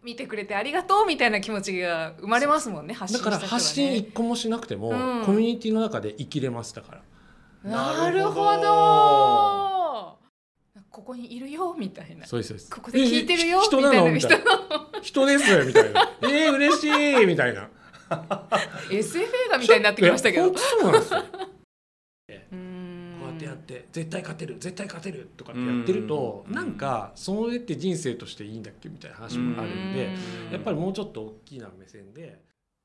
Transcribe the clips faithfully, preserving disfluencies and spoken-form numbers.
見てくれてありがとうみたいな気持ちが生まれますもんね。発信した人はね。 だから発信一個もしなくても、うん、コミュニティの中で生きれましたから。 なるほど。ここにいるよみたいな。 そうですそうです。 ここで聞いてるよみたいな。人なのみたいな。人ですみたいな。えー嬉しいみたいな。 エスエフ 映画みたいになってきましたけど。 本当そうなんですよ。こうやってやって絶対勝てる絶対勝てるとかってやってると、なんかそれって人生としていいんだっけみたいな話もあるんで、やっぱりもうちょっと大きな目線で。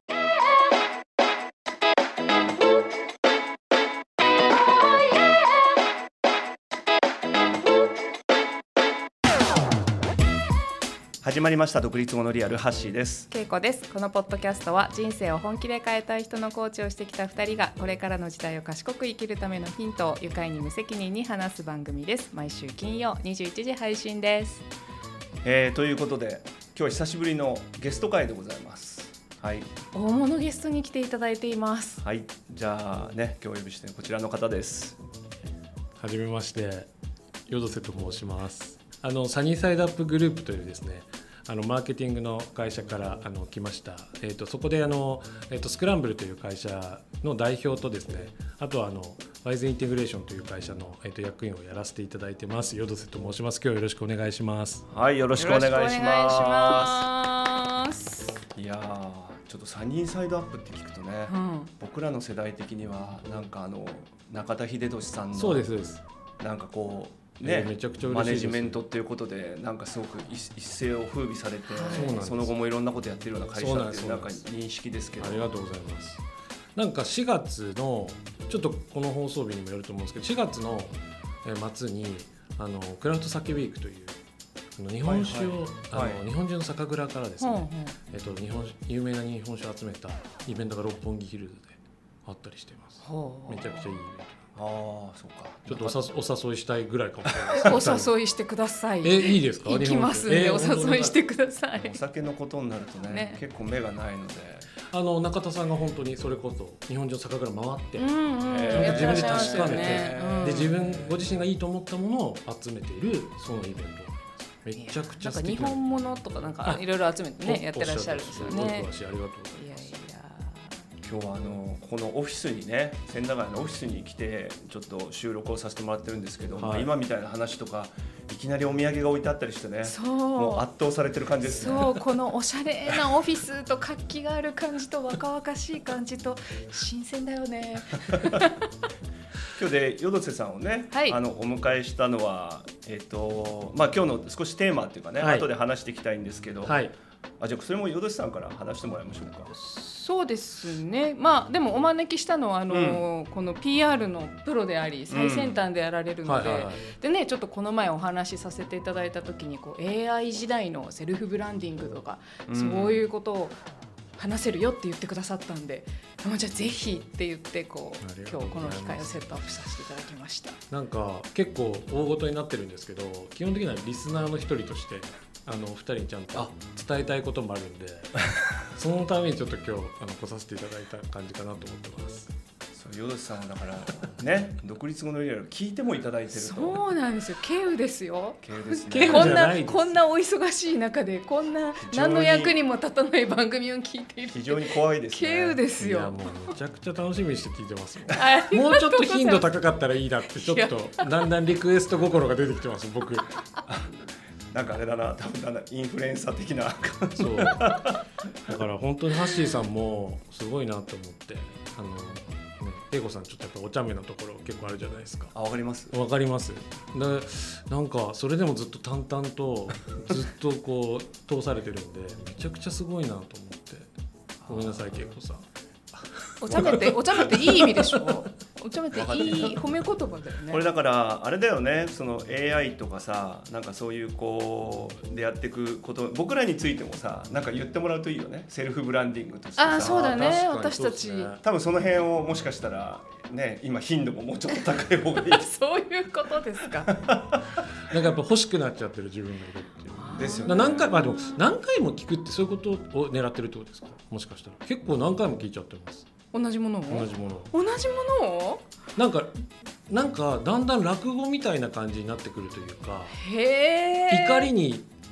始まりました独立後のリアル、ハッシーです。 けいこです。このポッドキャストは人生を本気で変えたい人のコーチをしてきたふたりがこれからの時代を賢く生きるためのヒントを愉快に無責任に話す番組です。毎週金曜にじゅういちじ配信です。 えー、ということで今日は久しぶりのゲスト会でございます。はい、 大物ゲストに来ていただいています。 はい、じゃあね、今日お呼びしてこちらの方です。 はじめまして、淀瀬と申します。あのサニーサイドアップグループというですね、あのマーケティングの会社からあの来ました。えー、とそこであの、えー、とスクランブルという会社の代表とですね、あとはあのワイズインテグレーションという会社の、えー、と役員をやらせていただいてます。淀瀬と申します。今日はよろしくお願いします。 はい、よろしくお願いします。 ます。 いやー、ちょっとサニーサイドアップって聞くとね、うん、僕らの世代的にはなんかあの中田秀俊さんのそうですそうです、 なんかこうね、 めちゃくちゃ嬉しいです。 マネジメントっていうことでなんかすごく一世を風靡されて、はい、その後もいろんなことやってるような会社っていうなんか認識ですけど。 ありがとうございます。なんかしがつのちょっとこの放送日にもよると思うんですけど、しがつの末にあのクラフトサケウィークというあの日本酒を、はいはい、あの、はい、日本中の酒蔵からですね、はいはい、えっと、日本有名な日本酒を集めたイベントが六本木ヒルズであったりしています。めちゃくちゃいいイベント。 ああ、そうか。 ちょっと お, お誘いしたいぐらいかもしれないです。 お誘いしてください。 え、いいですか？ 行きますんで、えー、お誘いしてください。 お酒のことになると ね, ね結構目がないので、 あの中田さんが本当にそれこそ日本中の酒蔵回って、うんうん、 えー、 自分で確かめて、 ね、うん、 で自分ご自身がいいと思ったものを集めているそのイベント。めちゃくちゃ素敵な。 なんか日本物とかなんかいろいろ集めてねやってらっしゃるんですよね。 ありがとうございます。 いやいや、今日はあのこのオフィスにね、千駄ヶ谷のオフィスに来てちょっと収録をさせてもらってるんですけど、はい、まあ、今みたいな話とかいきなりお土産が置いてあったりしてね、そうもう圧倒されてる感じですね。 そう、このおしゃれなオフィスと活気がある感じと若々しい感じと新鮮だよね。 今日で淀瀬さんをね、はい、あのお迎えしたのは、えーとまあ、今日の少しテーマっていうかね、はい、後で話していきたいんですけど、はい、あ、じゃあそれも淀瀬さんから話してもらいましょうか。 そうですね、まあ、でもお招きしたのはあの、うん、この ピーアール のプロであり最先端でやられるので、でね、ちょっとこの前お話しさせていただいた時にこう エーアイ 時代のセルフブランディングとか、うん、そういうことを話せるよって言ってくださったんで、じゃあぜひって言ってこう今日この機会をセットアップさせていただきました。 なんか結構大ごとになってるんですけど、基本的にはリスナーの一人としてあのお二人にちゃんと伝えたいこともあるんで、そのためにちょっと今日あの来させていただいた感じかなと思ってます。 淀瀬さんはだからね、独立後のリアル聞いてもいただいてると。 そうなんですよ、稀有ですよ。 稀有ですね。 こんなこんなお忙しい中でこんな何の役にも立たない番組を聞いている。 非常に怖いですね。 稀有ですよ。 いやもうめちゃくちゃ楽しみにして聞いてますよ。もうちょっと頻度高かったらいいなってちょっとだんだんリクエスト心が出てきてます僕。 なんかあれだな、多分なんだインフルエンサー的な感じ。 そうだから本当にハッシーさんもすごいなと思って、あの英子さんちょっとやっぱお茶目なところ結構あるじゃないですか。 あ、わかります。 わかります。で、なんかそれでもずっと淡々とずっとこう通されてるんでめちゃくちゃすごいなと思って。ごめんなさい、英子さん。 お茶目ってお茶目っていい意味でしょ。お茶目っていい褒め言葉だよね。 これだからあれだよね、その エーアイ とかさ、なんかそういうこうでやっていくこと、僕らについてもさ、なんか言ってもらうといいよね。セルフブランディングとしてさ。 あ、そうだね。私たち多分その辺をもしかしたらね、今頻度ももうちょっと高い方がいい。 そういうことですか。 なんかやっぱ欲しくなっちゃってる自分がいるっていう。 ですよね。 何回、まあ、でも何回も聞くってそういうことを狙ってるってことですか。もしかしたら結構何回も聞いちゃってます。 同じものを同じものを同じものをなんかなんかだんだん落語みたいな感じになってくるというか、 へー、 怒りに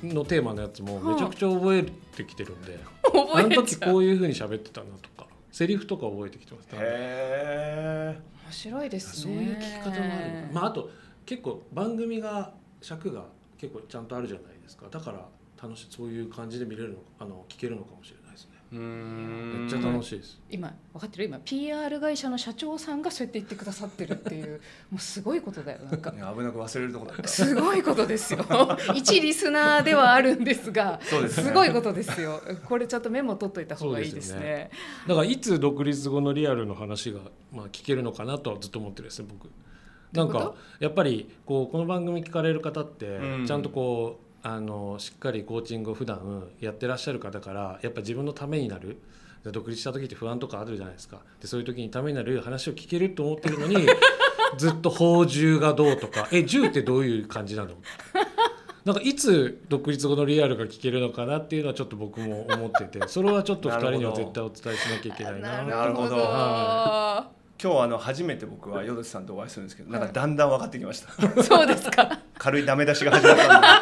のテーマのやつもめちゃくちゃ覚えてきてるんで、 はあ、 あの時こういう風に喋ってたなとかセリフとか覚えてきてます。 へー面白いですね。 そういう聞き方もある、まあ、あと結構番組が尺が結構ちゃんとあるじゃないですか。だから楽しい、そういう感じで見れるのあの聞けるのかもしれないですね。 うーんめっちゃ楽しいです。 今分かってる？今 ピーアール 会社の社長さんがそうやって言ってくださってるっていうもうすごいことだよ。なんか危なく忘れるとこだった。 すごいことですよ。一リスナーではあるんですが、そうですね、すごいことですよ。これちゃんとメモ取っといた方がいいですね。 ですね。だからいつ独立後のリアルの話がまあ聞けるのかなとはずっと思ってるんですね、僕。なんかやっぱりこうこの番組聞かれる方ってちゃんとこう、うん、あのしっかりコーチングを普段やってらっしゃる方からやっぱ自分のためになる、独立した時って不安とかあるじゃないですか。でそういう時にためになる話を聞けると思ってるのにずっと法銃がどうとかえ銃ってどういう感じなのなんかいつ独立後のリアルが聞けるのかなっていうのはちょっと僕も思ってて、それはちょっとふたりには絶対お伝えしなきゃいけないな。 なるほど、はい、今日あの初めて僕はヨドシさんとお会いするんですけど、なんかだんだん分かってきました、 はい、そうですか。 軽いダメ出しが始まったんで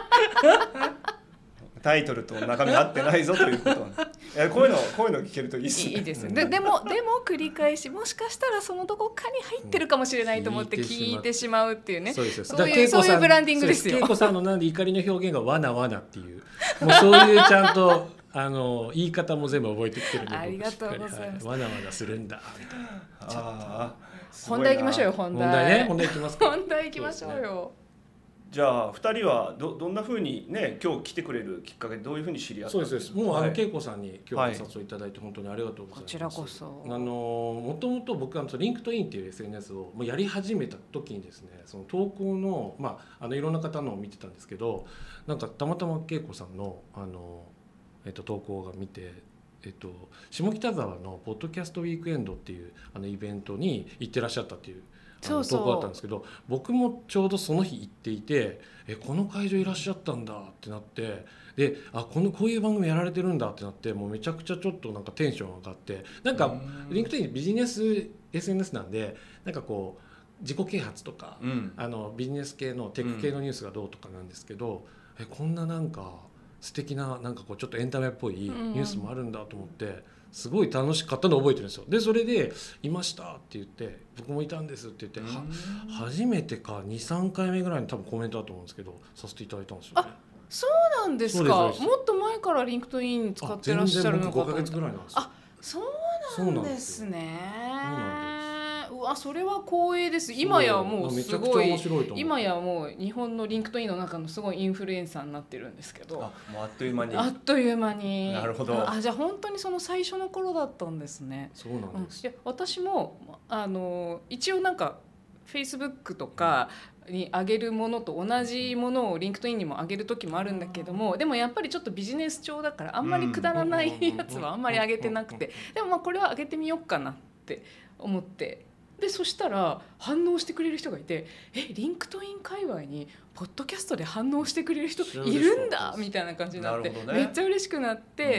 タイトルと中身合ってないぞということはいやこういうのこういうの聞けるといいですね。 いいですね。で、でもでも繰り返しもしかしたらそのどこかに入ってるかもしれないと思って聞いてしまうっていうね。そうですそういうそういうブランディングですよ。 恵子さんのなんで怒りの表現がわなわなっていう、もうそういうちゃんとあの言い方も全部覚えてきてるんで、 ありがとうございます。 はい、わなわなするんだみたいな。 あ本題行きましょうよ。本題。 本題ね。本題行きますか。 本題行きましょうよ。 じゃあふたりは ど, どんな風にね今日来てくれるきっかけでどういう風に知り合ったんですか。 そうです。もうあの恵子さんに今日お誘いいただいて本当にありがとうございます。 こちらこそ。 あのもともと僕はリンクトインっていう エスエヌエス をもうやり始めた時にですね、その投稿のまああのいろんな方のを見てたんですけど、なんかたまたま恵子さんのあのえっと投稿が見て。えっと、下北沢のポッドキャストウィークエンドっていうあのイベントに行ってらっしゃったっていう投稿だったんですけど、僕もちょうどその日行っていて、えこの会場いらっしゃったんだってなって、であこのこういう番組やられてるんだってなって、もうめちゃくちゃちょっとなんかテンション上がって、なんかリンクトインビジネス エスエヌエス なんで、なんかこう自己啓発とか、うん、あのビジネス系のテック系のニュースがどうとかなんですけど、うん、えこんななんか素敵ななんかこうちょっとエンタメっぽいニュースもあるんだと思って、すごい楽しかったのを覚えてるんですよ。でそれでいましたって言って、僕もいたんですって言って、は初めてか にさんかいめぐらいに多分コメントだと思うんですけどさせていただいたんですよね。 あそうなんですか。もっと前からリンクトイン使ってらっしゃるのかと思った。 全然僕ごかげつぐらいなんですよ。 あそうなんですね。うわそれは光栄です。今やもうすごい、今やもう日本のリンクトインの中のすごいインフルエンサーになってるんですけど、 あもうあっという間にあっという間に。 なるほど。 あじゃあ本当にその最初の頃だったんですね。 そうなんです、 うん、いや私もあの一応なんか Facebook とかに上げるものと同じものをリンクトインにも上げる時もあるんだけども、でもやっぱりちょっとビジネス調だからあんまりくだらないやつはあんまり上げてなくて、でもまあこれは上げてみようかなって思って、でそしたら反応してくれる人がいて、えリンクトイン界隈にポッドキャストで反応してくれる人いるんだみたいな感じになって、ね、めっちゃ嬉しくなって、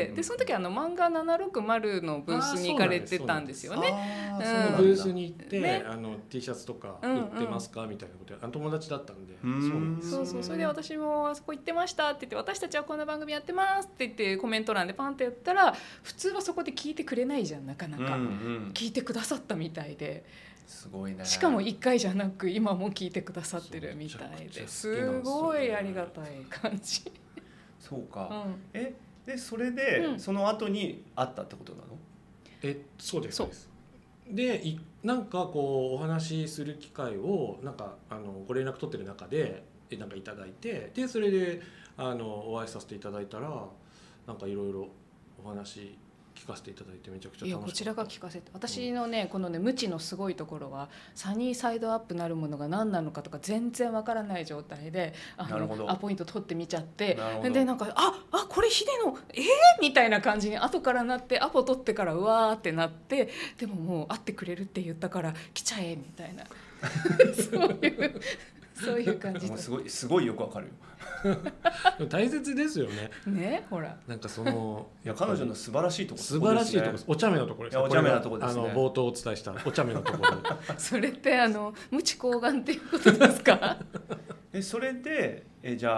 うん、でその時あの漫画ななろくまるのブースに行かれてたんですよね。 そのブースに行って、ね、あの T シャツとか売ってますか、うんうん、みたいなことで、あの友達だったんで、 うんそうなんですそうそう、それで私もあそこ行ってましたって言って、私たちはこんな番組やってますって言ってコメント欄でパンってやったら、普通はそこで聞いてくれないじゃんなかなか、うんうん、聞いてくださったみたいで、 すごいね。 しかもいっかいじゃなく今も聞いてくださってるみたいで、すごいありがたい感じ。 そうか、うん、えでそれで、うん、その後に会ったってことなの？ えそうですそうです。でいなんかこうお話しする機会をなんかあのご連絡取ってる中でなんかいただいて、でそれであのお会いさせていただいたら、なんかいろいろお話聞かせていただいてめちゃくちゃ楽しかった。いやこちらが聞かせて、私のね、うん、このね無知のすごいところはサニーサイドアップなるものが何なのかとか全然わからない状態であのアポイント取ってみちゃって、でなんかああこれヒデのえー、みたいな感じに後からなって、アポ取ってからうわーってなって、でももう会ってくれるって言ったから来ちゃえみたいなそういうそういう感じ。 もうすごいすごいよくわかるよ。 大切ですよね。 ね、ほら。 なんかそのいや彼女の素晴らしいところ、 素晴らしいところです。お茶目なところです。 お茶目なところですね。 あの冒頭お伝えしたお茶目なところ。 それってあの無知抗眼っていうことですか？ えそれでえじゃあ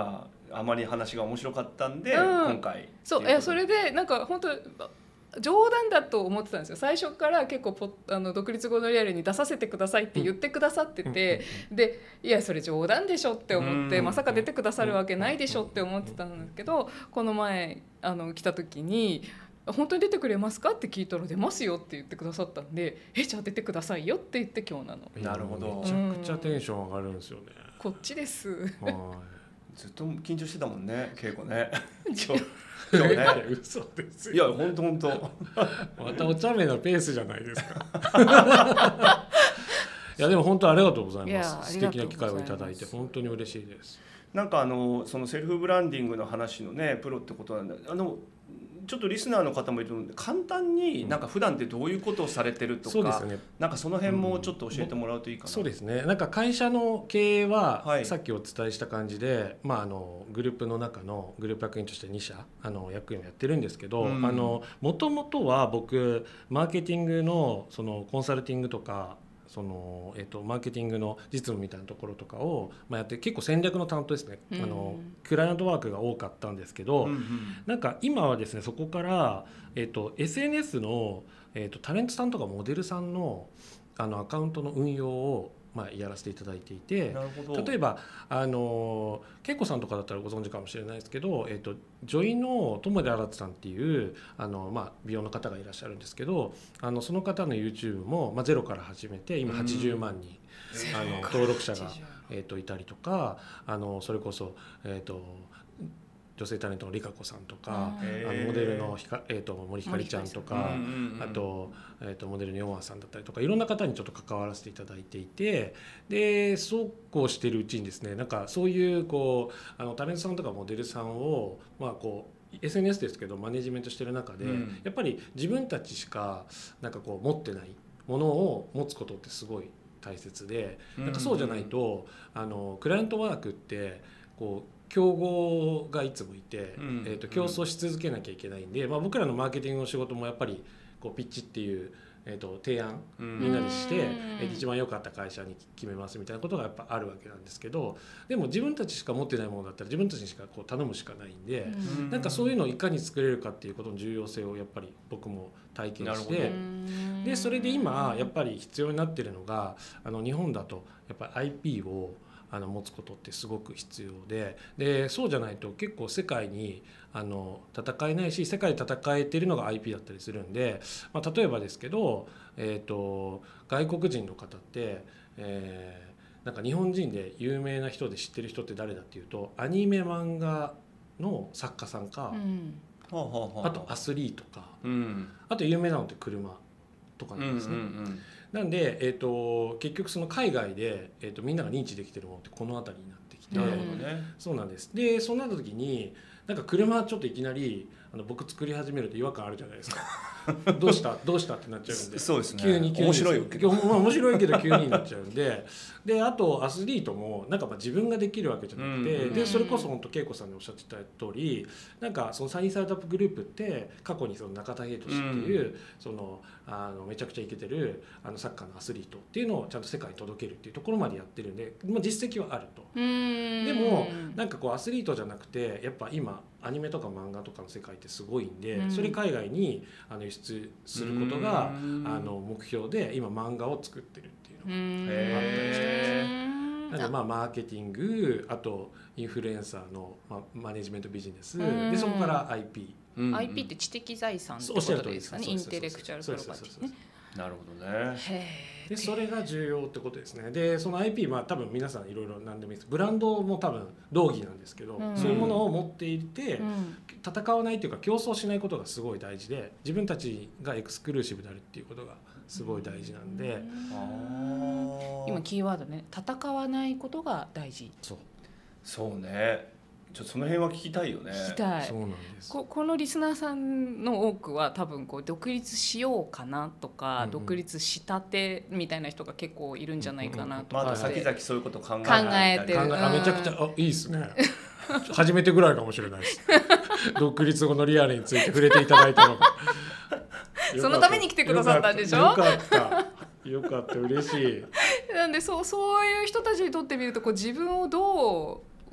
あまり話が面白かったんで、うん、今回そういやそれでなんか本当冗談だと思ってたんですよ。最初から結構ポあの独立後のリアルに出させてくださいって言ってくださってて、うん、でいやそれ冗談でしょって思って、まさか出てくださるわけないでしょって思ってたんだけど、この前あの来た時に本当に出てくれますかって聞いたら出ますよって言ってくださったんで、えじゃあ出てくださいよって言って今日なの。 なるほど。 めちゃくちゃテンション上がるんですよね。 こっちです。 ずっと緊張してたもんね、稽古ね。今日今日ね。 嘘ですよ。 いや本当本当。 またお茶目なペースじゃないですか。いやでも本当ありがとうございます。素敵な機会をいただいて本当に嬉しいです。 なんかあのそのセルフブランディングの話のねプロってことなんで、あのちょっとリスナーの方もいるので簡単になんか普段ってどういうことをされてるとか、そうですね、なんかその辺もちょっと教えてもらうといいかな。 うん、そうですね。なんか会社の経営はさっきお伝えした感じで、はい、まああのグループの中のグループ役員としてに社あの役員をやってるんですけど、うん、あの元々は僕マーケティングのそのコンサルティングとか。そのえー、とマーケティングの実務みたいなところとかを、まあ、やって結構戦略の担当ですね、うん、あのクライアントワークが多かったんですけど、うんうん、なんか今はですねそこから、えー、と エスエヌエス の、えー、とタレントさんとかモデルさんの、あのアカウントの運用をまあ、やらせていただいていて、例えばあの恵子さんとかだったらご存知かもしれないですけど、えー、と女医の友出新さんっていうあの、まあ、美容の方がいらっしゃるんですけど、あのその方の YouTube も、まあ、ゼロから始めて今はちじゅうまんにんあの登録者が、えー、といたりとか、あのそれこそ、えー、と女性タレントのリカ子さんとか、あのモデルのひか、えー、と森ひかりちゃんとか、あと、えー、とモデルのヨンアさんだったりとかいろんな方にちょっと関わらせていただいていて、でそうこうしてるうちにですね、なんかそういうこうあのタレントさんとかモデルさんを、まあ、こうエスエヌエス ですけどマネジメントしてる中で、うん、やっぱり自分たちしかなんかこう持ってないものを持つことってすごい大切で、なんかそうじゃないとあのクライアントワークってこう競合がいつもいて、うんえー、と競争し続けなきゃいけないんで、まあ、僕らのマーケティングの仕事もやっぱりこうピッチっていう、えー、と提案みんなでして、えー、一番良かった会社に決めますみたいなことがやっぱあるわけなんですけど、でも自分たちしか持ってないものだったら自分たちにしかこう頼むしかないんで、なんかそういうのをいかに作れるかっていうことの重要性をやっぱり僕も体験して、でそれで今やっぱり必要になってるのが、あの日本だとやっぱり アイピー をあの持つことってすごく必要で、でそうじゃないと結構世界にあの戦えないし、世界で戦えてるのが アイピー だったりするんで、まあ、例えばですけど、えーと、外国人の方って、えー、なんか日本人で有名な人で知ってる人って誰だっていうと、アニメ漫画の作家さんか、うん、あとアスリートか、うん、あと有名なのって車とかなんですね、うんうんうん、なんで、えーと、結局その海外で、えーと、みんなが認知できてるものってこの辺りになってきて、なるほどね、そうなんです。でそうなった時になんか車ちょっといきなりあの僕作り始めると違和感あるじゃないですか。どうしたどうしたってなっちゃうんで、 そうですね、 急に急に面白いけど、 まあ、面白いけど急になっちゃうんでであとアスリートもなんかまあ自分ができるわけじゃなくて、うんうん、でそれこそ本当恵子さんにおっしゃってた通り、なんかそのサニーサイドアップグループって過去にその中田英寿っていう、うん、そのあのめちゃくちゃイケてるあのサッカーのアスリートっていうのをちゃんと世界に届けるっていうところまでやってるんで、まあ、実績はあると。でもなんかこうアスリートじゃなくてやっぱ今アニメとか漫画とかの世界ってすごいんで、それ海外にあの輸出することがあの目標で今漫画を作ってるっていうのがあったりしてます。なのでまあマーケティング、あとインフルエンサーのマネジメントビジネスで、そこから アイピー、うん、 アイピー って知的財産ってことですかね、インテレクチャルプロパティね。 なるほどね。 でそれが重要ってことですね。でその アイピー、まあ多分皆さんいろいろ何でもいいです。ブランドも多分道義なんですけど、うん、そういうものを持っていて、うん、戦わないというか競争しないことがすごい大事で、自分たちがエクスクルーシブであるっていうことがすごい大事なんで、うん、 あ今キーワードね、戦わないことが大事。 そうそうね。ちょっとその辺は聞きたいよね。 聞きたい。 そうなんです。 こ, このリスナーさんの多くは多分こう独立しようかなとか、うんうん、独立したてみたいな人が結構いるんじゃないかなと思って、 まだ先々そういうこと考え考えてる。 あめちゃくちゃあいいですね。初めてぐらいかもしれないです。独立後のリアルについて触れていただいたのがそのために来てくださったんでしょ。 よかったよかった嬉しい。 なんでそうそういう人たちにとってみるとこう自分をどう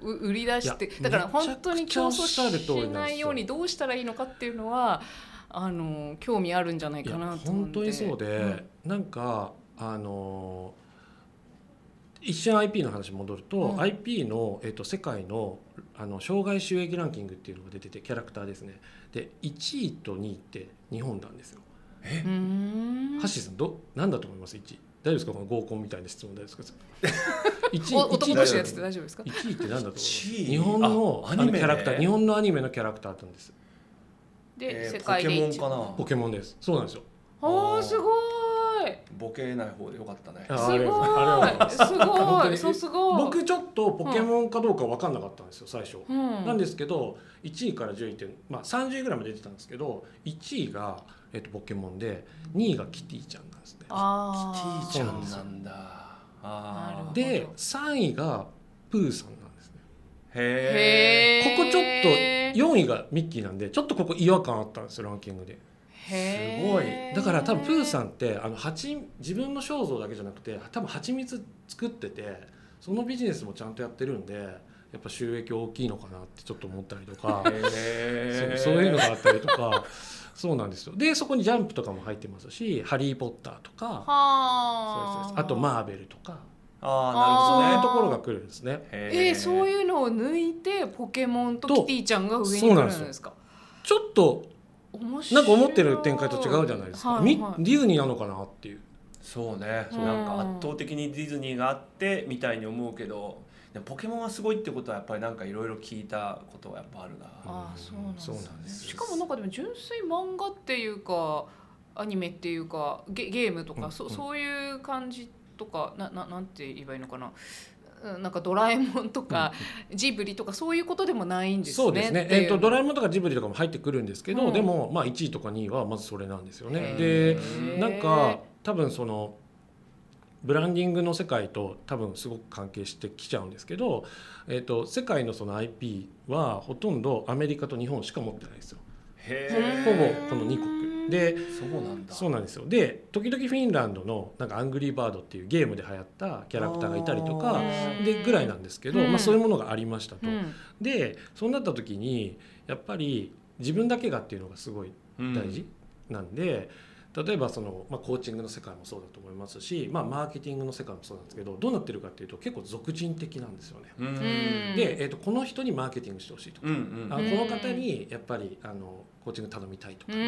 売り出してだから本当に競争しないようにどうしたらいいのかっていうのはあの興味あるんじゃないかなと思って。 本当にそうで、うん、なんかあの一瞬 アイピー の話戻ると、うん、アイピー の、えー、と世界 の, あの障害収益ランキングっていうのが出ててキャラクターですね。でいちいとにいって日本なんですよ。 えハッシーさんど何だと思います？いちい大丈夫ですか？この合コンみたいな質問大丈夫ですか？ いちい男同士でやってて大丈夫ですか？ いちいって何だと思います？日本 の, あのキャラクター日本のアニメのキャラクターなんです。 で、 えー、 世界でポケモンかな。 ポケモンです。そうなんですよ。 あーすごい。 ボケない方でよかったね。 すごいすごいそうすごい。 僕ちょっとポケモンかどうか分かんなかったんですよ最初、うん、なんですけどいちいからじゅういって、まあ、さんじゅういぐらいまで出てたんですけどいちいが、えっと、ポケモンでにいがキティちゃんなんですね。 あキティちゃんなんだ。あでさんいがプーさんなんですね。 へーここちょっとよんいがミッキーなんでちょっとここ違和感あったんですよランキングで。 すごい。 だから多分プーさんってあの蜂自分の肖像だけじゃなくて多分蜂蜜作っててそのビジネスもちゃんとやってるんでやっぱ収益大きいのかなってちょっと思ったりとかへ そ, そういうのがあったりとかそうなんですよ。でそこにジャンプとかも入ってますしハリーポッターとかはそうですあとマーベルとかあなるほど、ね、そういうところが来るんですね。 えー、そういうのを抜いてポケモンとキティちゃんが上に来るんですか？ ちょっとなんか思ってる展開と違うじゃないですか、はいはい、ディズニーなのかなっていう。 そうね、うん、なんか圧倒的にディズニーがあってみたいに思うけどポケモンはすごいってことはやっぱりなんかいろいろ聞いたことはやっぱあるな。 あそうなんですね。しかもなんかでも純粋漫画っていうかアニメっていうか ゲ, ゲームとか、うん、そ, そういう感じとか な, な, なんて言えばいいのかななんかドラえもんとかジブリとかそういうことでもないんですね。 そうですね、えー、とドラえもんとかジブリとかも入ってくるんですけど、うん、でもまあいちいとかにいはまずそれなんですよね。でなんか多分そのブランディングの世界と多分すごく関係してきちゃうんですけど、えー、と世界のその アイピー はほとんどアメリカと日本しか持ってないんですよ。 へほぼこのにこくでそうなんだ。 そうなんですよ。で時々フィンランドのなんかアングリーバードっていうゲームで流行ったキャラクターがいたりとかでぐらいなんですけど、まあ、そういうものがありましたと、うん、でそうなった時にやっぱり自分だけがっていうのがすごい大事なんで、うん、例えばその、まあ、コーチングの世界もそうだと思いますし、まあ、マーケティングの世界もそうなんですけどどうなってるかっていうと結構俗人的なんですよね。 うんで、えーと、この人にマーケティングしてほしいとか、 うんうん、 あこの方にやっぱりあのコーチング頼みたいとか、うん、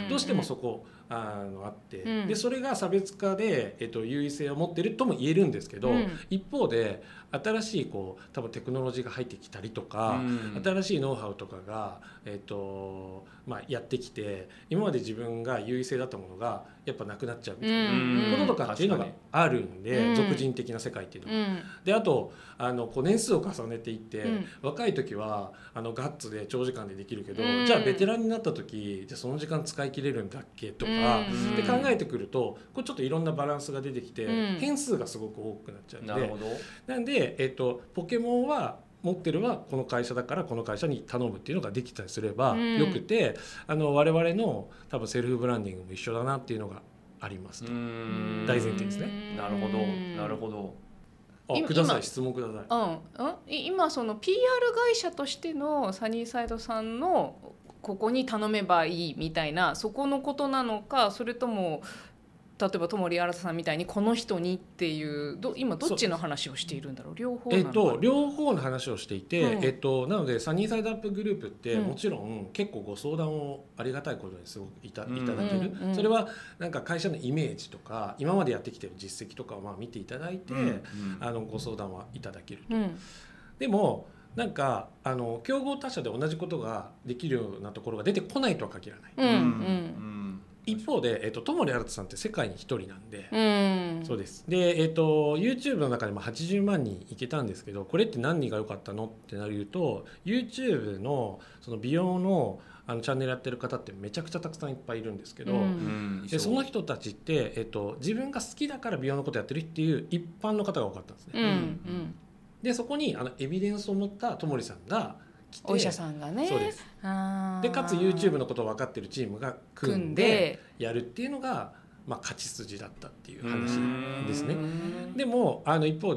どうしてもそこあのあって、うん、でそれが差別化で、えっと、優位性を持ってるとも言えるんですけど、うん、一方で新しいこう多分テクノロジーが入ってきたりとか、うん、新しいノウハウとかが、えっとまあ、やってきて今まで自分が優位性だったものがやっぱなくなっちゃうみたいなこととかっていうのがあるんで、うん、俗人的な世界っていうのが、うん、であとあのこう年数を重ねていって、うん、若い時はあのガッツで長時間でできるけど、うん、じゃあベテランになった時じゃあその時間使い切れるんだっけとか、うん、で考えてくるとこれちょっといろんなバランスが出てきて、うん、変数がすごく多くなっちゃうんで、 なるほど。 なんで、えーと、ポケモンは持ってるはこの会社だからこの会社に頼むっていうのができたりすればよくて、うん、あの我々の多分セルフブランディングも一緒だなっていうのがありますと。大前提ですね。 なるほどなるほど。 あください質問ください。 うんうん、今その ピーアール 会社としてのサニーサイドさんのここに頼めばいいみたいなそこのことなのか、それとも例えば友利新さんみたいにこの人にっていうど今どっちの話をしているんだろう。両方なのか、 えっと、両方の話をしていて、うんえっと、なのでサニーサイドアップグループってもちろん結構ご相談をありがたいことにすごくい た, いただける、うんうん、それはなんか会社のイメージとか今までやってきてる実績とかをまあ見ていただいて、うんうん、あのご相談はいただけると、うん、でもなんかあの競合他社で同じことができるようなところが出てこないとは限らない、 うんうん一方で、えーと、友利新さんって世界に一人なんで、 うん、 そうです。で、えーと、YouTube の中でもはちじゅうまんにんいけたんですけど、これって何が良かったのってなると YouTube の, その美容 の, あのチャンネルやってる方ってめちゃくちゃたくさんいっぱいいるんですけど、うん、でその人たちって、えーと、自分が好きだから美容のことやってるっていう一般の方が多かったんですね、 うんうん、でそこにあのエビデンスを持った友利さんがお医者さんがね、 そうです。でかつ YouTube のことを分かってるチームが組んでやるっていうのが、まあ、勝ち筋だったっていう話ですね。でもあの一方で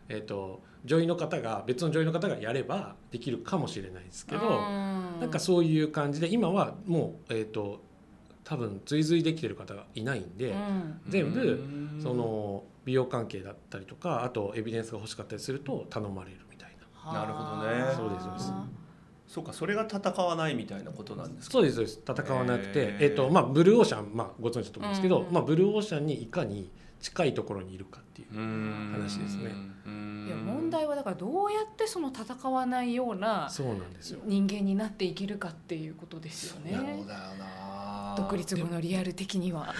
えー、と女医の方が別の女医の方がやればできるかもしれないですけど、なんかそういう感じで今はもう、えー、と多分追随できてる方がいないんで、うん、全部その美容関係だったりとか、あとエビデンスが欲しかったりすると頼まれるみたいな。 なるほどね。 そうですそうです。 そうか、それが戦わないみたいなことなんですか。 そうですそうです。戦わなくて、えーとまあ、ブルーオーシャン、まあ、ご存知だと思うんですけど、うんまあ、ブルーオーシャンにいかに近いところにいるかっていう話ですね。 いや問題はだからどうやってその戦わないような人間になっていけるかっていうことですよね。 そうだよな。 独立後のリアル的には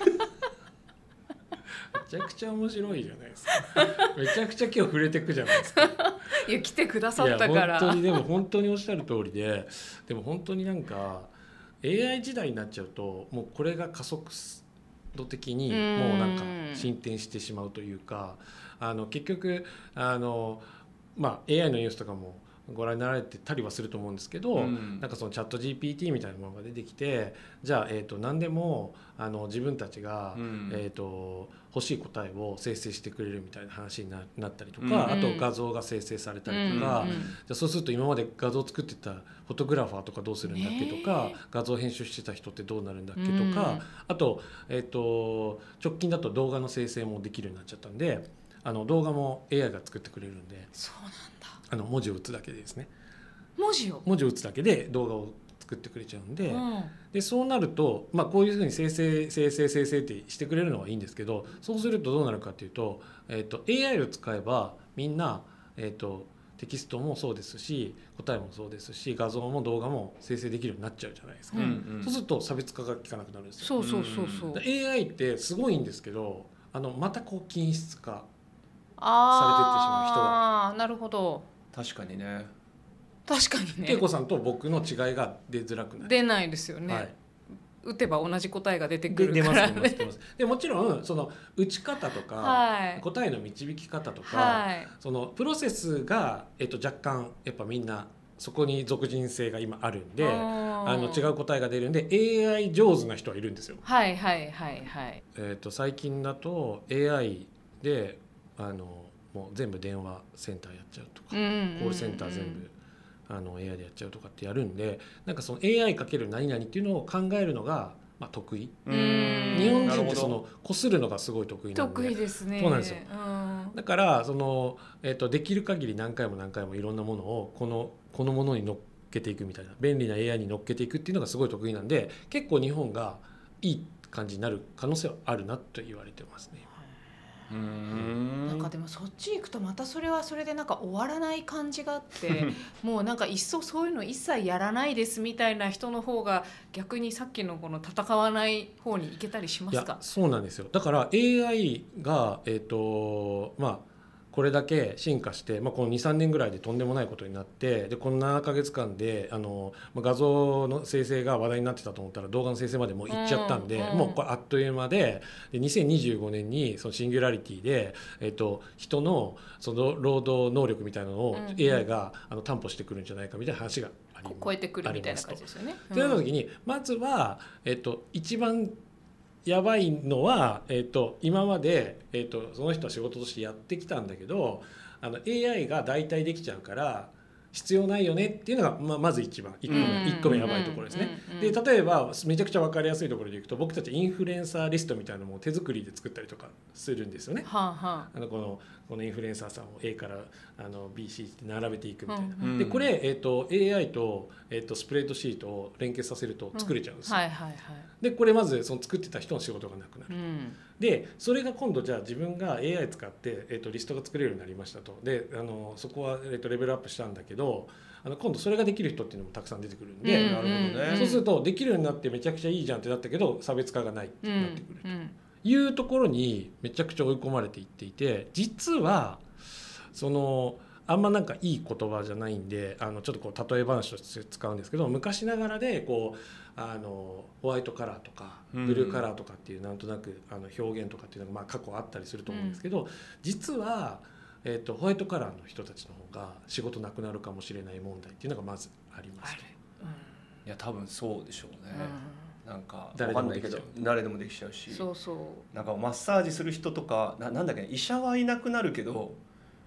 めちゃくちゃ面白いじゃないですか。めちゃくちゃ今日触れてくじゃないですか。 いや来てくださったから。 本当にでも本当におっしゃる通りで、でも本当になんか エーアイ 時代になっちゃうともうこれが加速度的にもうなんか進展してしまうというか、あの結局あのまあ エーアイ のニュースとかもご覧になられてたりはすると思うんですけど、うん、なんかそのチャット ジーピーティー みたいなものが出てきて、じゃあ、えーと何でもあの自分たちが、うんえーと欲しい答えを生成してくれるみたいな話に な, なったりとか、うん、あと画像が生成されたりとか、うん、じゃあそうすると今まで画像を作ってたフォトグラファーとかどうするんだっけとか、画像編集してた人ってどうなるんだっけとか、うん、あと、えーと直近だと動画の生成もできるようになっちゃったんで、あの動画も エーアイ が作ってくれるんで、 そうなんだ、 あの文字を打つだけでですね、 文字を文字を打つだけで動画を作ってくれちゃうんで、うん、でそうなると、まあ、こういうふうに生成生成生成ってしてくれるのはいいんですけど、そうするとどうなるかっていうと、えーと、エーアイ を使えばみんな、えーと、テキストもそうですし答えもそうですし画像も動画も生成できるようになっちゃうじゃないですか、うんうん、そうすると差別化が効かなくなるんですよ。 そうそうそうそう、 エーアイ ってすごいんですけど、あのまたこう均質化されていってしまう人が。 ああ、なるほど。 確かにね。 確かにね。 恵子さんと僕の違いが出づらくなる。 出ないですよね、はい、打てば同じ答えが出てくるから、ね、 出ます出ます。でもちろんその打ち方とか、はい、答えの導き方とか、はい、そのプロセスが、えっと、若干やっぱみんなそこに属人性が今あるんで、あの違う答えが出るんで エーアイ 上手な人はいるんですよ。 はいはいはいはい。 えっと最近だと エーアイ であのもう全部電話センターやっちゃうとか、うんうんうん、コールセンター全部あの エーアイ でやっちゃうとかってやるんで、なんかその エーアイ かける何々っていうのを考えるのがまあ得意。うーん、日本人ってそのこするのがすごい得意なんで。 得意ですね。 そうなんですよ。だからその、えーと、できる限り何回も何回もいろんなものをこのこのものに乗っけていくみたいな、便利な エーアイ に乗っけていくっていうのがすごい得意なんで、結構日本がいい感じになる可能性はあるなと言われてますね。 うーん、なんかでもそっち行くとまたそれはそれでなんか終わらない感じがあってもうなんかいっそそういうの一切やらないですみたいな人の方が逆にさっきのこの戦わない方に行けたりしますか。 いやそうなんですよ。だから エーアイ が、えーとまあこれだけ進化して、まあ、この にさんねんぐらいでとんでもないことになって、でこのななかげつかんであの画像の生成が話題になってたと思ったら動画の生成までもういっちゃったんで、うんうん、もうこれあっという間で、でにせんにじゅうごねんにそのシンギュラリティで、えっと、人のその労働能力みたいなのを エーアイ があの担保してくるんじゃないかみたいな話があります。 超えてくるみたいな感じですよね。 という時にまずは、えっと、一番やばいのは、えっと、今まで、えっと、その人は仕事としてやってきたんだけど、あの エーアイ が代替できちゃうから必要ないよねっていうのが ま, まず一番いっこめ、うん、いっこめやばいところですね、うんうん、で例えばめちゃくちゃ分かりやすいところでいくと、僕たちインフルエンサーリストみたいなのも手作りで作ったりとかするんですよね、はあはあ、あのこのこのインフルエンサーさんを A からあの ビーシー って並べていくみたいな、うんうん、でこれ、えー、と エーアイ と,、えー、とスプレッドシートを連結させると作れちゃうんですよ、うんはいはいはい、でこれまずその作ってた人の仕事がなくなる、うん、でそれが今度じゃあ自分が エーアイ 使って、えー、とリストが作れるようになりましたと、であのそこは、えー、とレベルアップしたんだけど、あの今度それができる人っていうのもたくさん出てくるんで、 なるほどね、 そうするとできるようになってめちゃくちゃいいじゃんってなったけど差別化がないってなってくるというところにめちゃくちゃ追い込まれていっていて、実はそのあんまなんかいい言葉じゃないんで、あのちょっとこう例え話として使うんですけど、昔ながらでこうあのホワイトカラーとかブルーカラーとかっていうなんとなくあの表現とかっていうのがまあ過去あったりすると思うんですけど、実はえー、とホワイトカラーの人たちの方が仕事なくなるかもしれない問題っていうのがまずありますと、 うん、いや多分そうでしょうね、うん、なんか分かんないけど誰でもできちゃうし、 そうそう、 なんかマッサージする人とか な, なんだっけ医者はいなくなるけど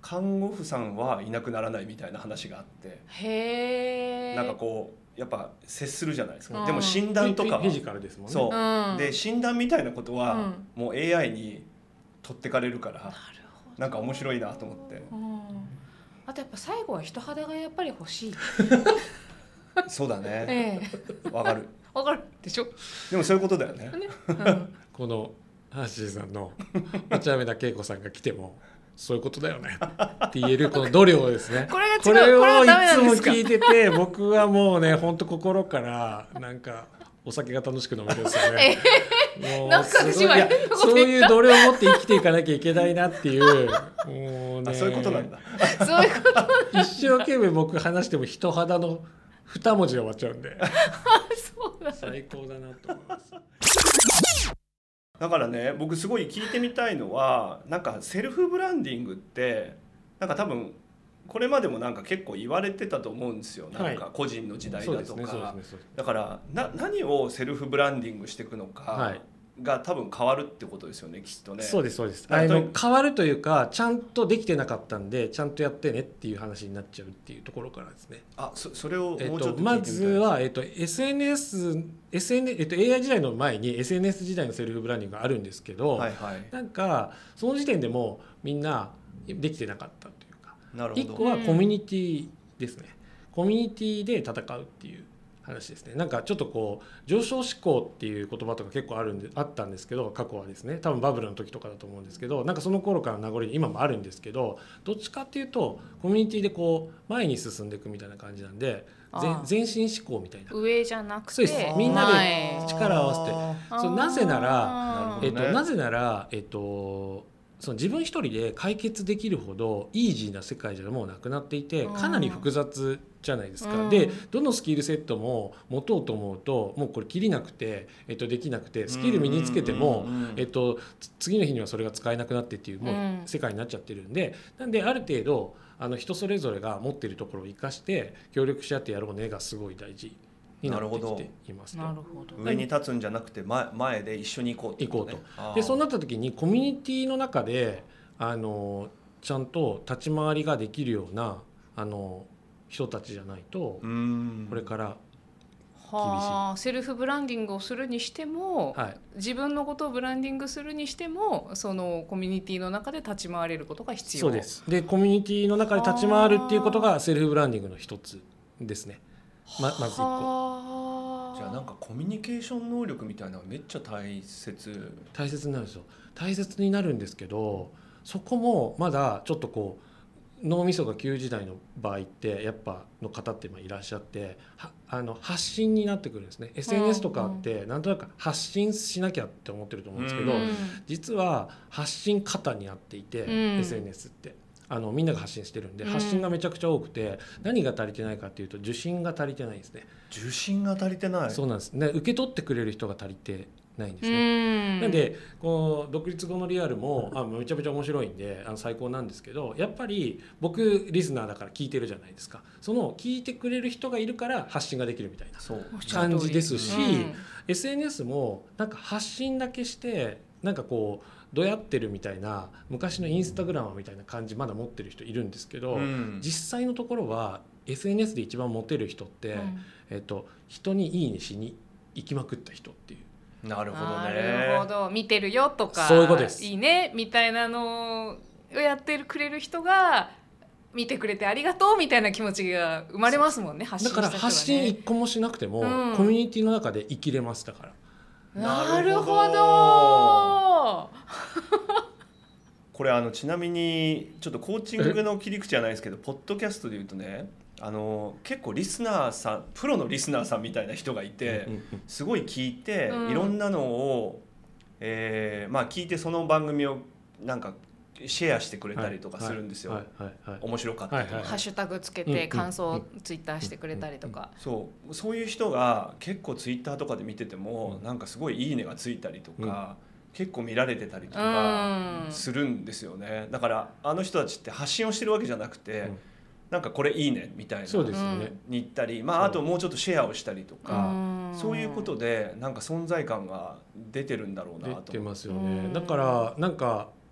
看護婦さんはいなくならないみたいな話があって、 へー、 なんかこうやっぱ接するじゃないですか、うん、でも診断とかはフィジカルですもんね。 そう、 うん、 で診断みたいなことはもう エーアイ に取ってかれるから、うん、なんか面白いなと思って、 うん、あとやっぱ最後は人肌がやっぱり欲しいそうだね、 ええ、わかるわかるでしょ。 でもそういうことだよね、 ね、うん、 このハッシーさんの町雨田恵子さんが来てもそういうことだよねって言えるこの度量ですね。 これが違う、 これをいつもダメなんですか。 聞いてて僕はもうね本当心からなんかお酒が楽しく飲めるんですよね。 えー、もうすごい、いやそういう度量を持って生きていかなきゃいけないなっていうもう、ね、 そういうことなんだそういうこと一生懸命僕話しても人肌の二文字で終わっちゃうんでそうなんだ、 最高だなと思います。 だからね、僕すごい聞いてみたいのは、なんかセルフブランディングってなんか多分これまでもなんか結構言われてたと思うんですよ。なんか個人の時代だとか、だからな何をセルフブランディングしていくのかが多分変わるってことですよね、きっとね。 そうですそうです。あの変わるというかちゃんとできてなかったんでちゃんとやってねっていう話になっちゃうっていうところからですね。 あ、そ, それをもうちょっと聞いてみたい。 えっと、まずは、えっと、エスエヌエス、エスエヌエス、えっと、エーアイ 時代の前に エスエヌエス 時代のセルフブランディングがあるんですけど、 はいはい、 なんかその時点でもみんなできてなかったというか。 なるほど。 いっこはコミュニティですね、うん、コミュニティで戦うっていう話ですね。なんかちょっとこう上昇志向っていう言葉とか結構あるんであったんですけど、過去はですね、多分バブルの時とかだと思うんですけど、なんかその頃からの名残で今もあるんですけど、どっちかっていうとコミュニティでこう前に進んでいくみたいな感じなんで、前進志向みたいな、 上じゃなくて、 そうです、みんなで力を合わせて、そうなぜなら、えっと、なぜなら、えっとその自分一人で解決できるほどイージーな世界じゃもうなくなっていて、かなり複雑じゃないですか、うん、でどのスキルセットも持とうと思うともうこれ切りなくて、えっと、できなくて、スキル身につけても、えっと、次の日にはそれが使えなくなってっていうもう世界になっちゃってるんで、なんである程度あの人それぞれが持っているところを生かして協力し合ってやろうねがすごい大事になってきていますと。 なるほど。 上に立つんじゃなくて 前, 前で一緒に行こうってことね。 行こうと。でそうなった時にコミュニティの中であのちゃんと立ち回りができるようなあの人たちじゃないとこれから厳しい。 はあ、セルフブランディングをするにしても、 はい、 自分のことをブランディングするにしてもそのコミュニティの中で立ち回れることが必要。 そうです。でコミュニティの中で立ち回るっていうことがセルフブランディングの一つですね。 ま, まず一個。 じゃあなんかコミュニケーション能力みたいなのがめっちゃ大切大切になるんですよ。大切になるんですけど、そこもまだちょっとこう脳みそが旧時代の場合ってやっぱの方っていらっしゃって、あの発信になってくるんですね。 エスエヌエス とかってなんとなく発信しなきゃって思ってると思うんですけど、うん、実は発信型になっていて、うん、エスエヌエス ってあのみんなが発信してるんで、うん、発信がめちゃくちゃ多くて何が足りてないかっていうと受信が足りてないですね。 受信が足りてない。 そうなんですね。受け取ってくれる人が足りてないんですね。なんでこの独立後のリアルもあめちゃめちゃ面白いんであの最高なんですけど、やっぱり僕リスナーだから聞いてるじゃないですか。その聞いてくれる人がいるから発信ができるみたいな感じですし、うん、エスエヌエス もなんか発信だけしてなんかこうどやってるみたいな昔のインスタグラマーみたいな感じまだ持ってる人いるんですけど、うん、実際のところは エスエヌエス で一番モテる人って、うんえっと、人にいいねしに行きまくった人っていう。 なるほどね。 なるほど。見てるよとかそういうことです。 いいねみたいなのをやってくれる人が見てくれてありがとうみたいな気持ちが生まれますもんね。発信した人はね。 だから発信一個もしなくても、うん、コミュニティの中で生きれますだから。 なるほど。 これあのちなみにちょっとコーチングの切り口じゃないですけどポッドキャストで言うとね、あの結構リスナーさんプロのリスナーさんみたいな人がいてすごい聞いて、うん、いろんなのを、えーまあ、聞いてその番組をなんかシェアしてくれたりとかするんですよ、はいはいはいはい、面白かったとか、はいはい、 ハッシュタグつけて感想をツイッターしてくれたりとか、 そうそういう人が結構ツイッターとかで見ててもなんかすごいいいねがついたりとか、うん、結構見られてたりとかするんですよね。だからあの人たちって発信をしてるわけじゃなくて、うんなんかこれいいねみたいなそうですよねに行ったり、まあ、あともうちょっとシェアをしたりとかそういうことでなんか存在感が出てるんだろうなと。 出てますよね。だからなんか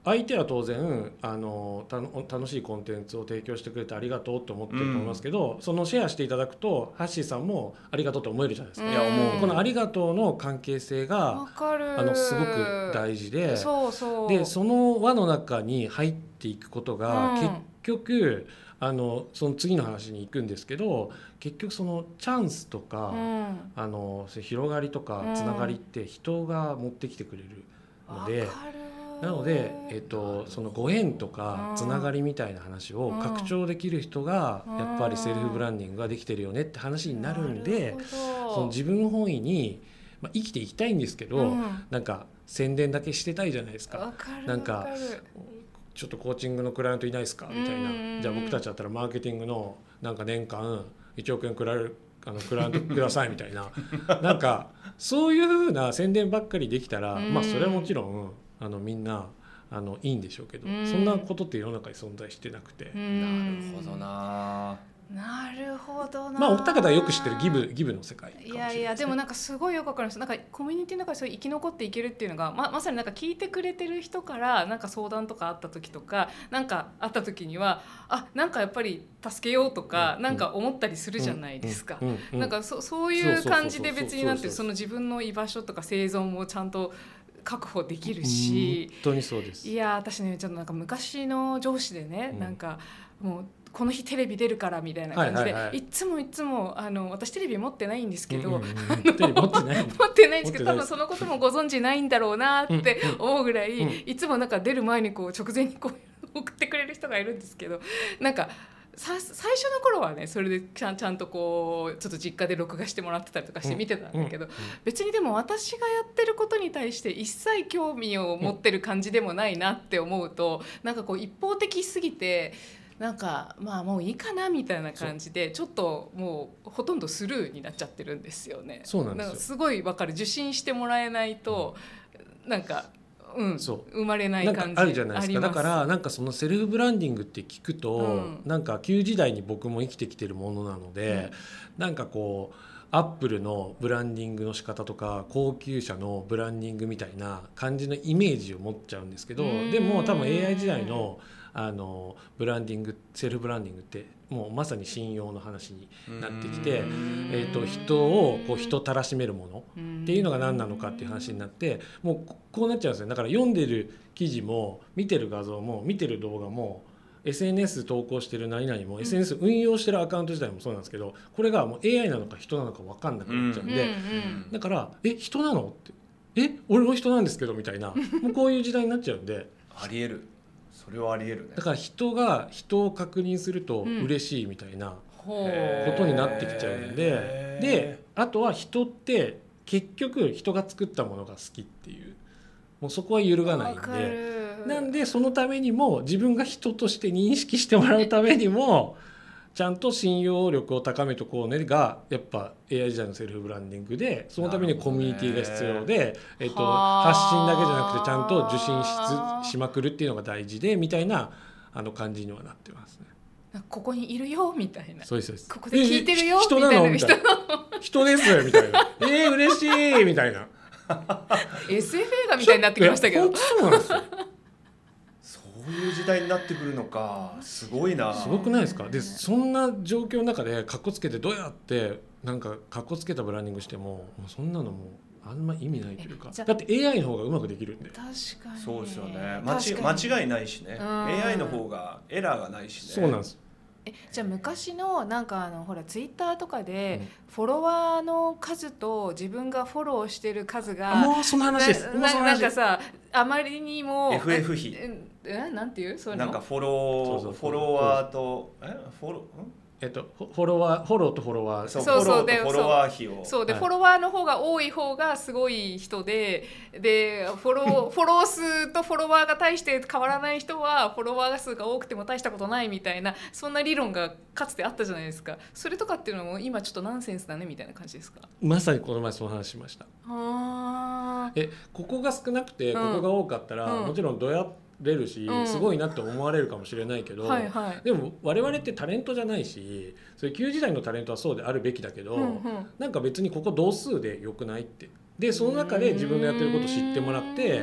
相手は当然あのた楽しいコンテンツを提供してくれてありがとうと思ってると思いますけど、うん、そのシェアしていただくとハッシーさんもありがとうと思えるじゃないですか。いや思う。このありがとうの関係性があのすごく大事で、 そうそうでその輪の中に入っていくことが、うん、結局あのその次の話に行くんですけど、結局そのチャンスとか、うん、あの広がりとかつながりって人が持ってきてくれるので、なので、えっと、そのご縁とかつながりみたいな話を拡張できる人がやっぱりセルフブランディングができてるよねって話になるんで、その自分本位に、まあ、生きていきたいんですけど、うん、なんか宣伝だけしてたいじゃないですか。 わかるなんかちょっとコーチングのクライアントいないですかみたいな、じゃあ僕たちだったらマーケティングのなんか年間いちおくえんくらえるあのクライアントくださいみたいななんかそういう風な宣伝ばっかりできたら、まあそれはもちろんあのみんなあのいいんでしょうけど、そんなことって世の中に存在してなくて。 なるほどな。 なるほどな。 まあお二方はよく知ってるギブギブの世界かもしれないですね。 いやいやでもなんかすごいよくわかります。なんかコミュニティの中でそう生き残っていけるっていうのが ま, まさになんか聞いてくれてる人からなんか相談とかあった時とかなんかあった時にはあなんかやっぱり助けようとか、うん、なんか思ったりするじゃないですか。なんか そ, そういう感じで別になんてその自分の居場所とか生存をちゃんと確保できるし、 本当にそうです。 いや私ねちょっとなんか昔の上司でね、うん、なんかもうこの日テレビ出るからみたいな感じで、はいはいはい、いつもいつもあの私テレビ持ってないんですけど、うんうんうん、 テレビ持ってない持ってないんですけど多分そのこともご存知ないんだろうなって思うぐらい、うんうん、いつもなんか出る前にこう直前にこう送ってくれる人がいるんですけど、なんかさ最初の頃はねそれでちゃん、ちゃんとこうちょっと実家で録画してもらってたりとかして見てたんだけど、うんうんうん、別にでも私がやってることに対して一切興味を持ってる感じでもないなって思うと、なんかこう一方的すぎてなんかまあもういいかなみたいな感じでちょっともうほとんどスルーになっちゃってるんですよね。 そうなんですよ。 なんかすごい分かる。受信してもらえないとなんかうん、そう生まれない感じなんかあるじゃないですか。だからなんかそのセルフブランディングって聞くと、うん、なんか旧時代に僕も生きてきてるものなので、うん、なんかこうアップルのブランディングの仕方とか高級車のブランディングみたいな感じのイメージを持っちゃうんですけど、でも多分 エーアイ 時代のあのブランディングセルフブランディングってもうまさに信用の話になってきて、えー、と人をこう人たらしめるものっていうのが何なのかっていう話になって、もうこうなっちゃうんですよ。だから読んでる記事も見てる画像も見てる動画も エスエヌエス 投稿してる何々も エスエヌエス 運用してるアカウント自体もそうなんですけど、これがもう エーアイ なのか人なのか分かんなくなっちゃうんで、だからえ人なのってえ俺も人なんですけどみたいなもうこういう時代になっちゃうんでありえる。それはありえるね。 だから人が人を確認すると嬉しいみたいなことになってきちゃうんで、であとは人って結局人が作ったものが好きっていう、もうそこは揺るがないんで、なんでそのためにも自分が人として認識してもらうためにもちゃんと信用力を高めとこうねがやっぱ エーアイ 時代のセルフブランディングで、そのためにコミュニティが必要で、えっと、発信だけじゃなくてちゃんと受信 し, しまくるっていうのが大事でみたいなあの感じにはなってますね。 ここにいるよみたいな。 そうですそうです。 ここで聞いてるよみたいな。人なのみたいな。人ですみたいな。えー嬉しいみたいな。 エスエフ 映画みたいになってきましたけど。 そうなんですよ。 そういう時代になってくるのか。すごいな。 すごくないですか。でそんな状況の中でカッコつけてどうやってなんかカッコつけたブランディングしても、もうそんなのもうあんま意味ないというか、だって エーアイ の方がうまくできるんで。 確かにそうですよね。間違いないしね。エーアイ の方がエラーがないしね。 そうなんです。 えじゃあ昔のなんかあのほらツイッターとかでフォロワーの数と自分がフォローしてる数が、 もうその話です。 な, なんかさあまりにもエフエフ 比えなんていうそういうのなんかフォローそうそうフォロワーとえフォローえっと、フォロワーフォローとフォロワーそうそうそうでフォロワー比をそうで、はい、フォロワーの方が多い方がすごい人ででフォローフォロー数とフォロワーが大して変わらない人はフォロワー数が多くても大したことないみたいな、そんな理論がかつてあったじゃないですか。それとかっていうのも今ちょっとナンセンスだねみたいな感じですか。 まさにこの前その話しました。 あえここが少なくてここが多かったら、うん、もちろんどうやれるし、うん、すごいなって思われるかもしれないけど、はいはい、でも我々ってタレントじゃないし、それ旧時代のタレントはそうであるべきだけど、うんうん、なんか別にここ同数でよくないって、でその中で自分のやってることを知ってもらって、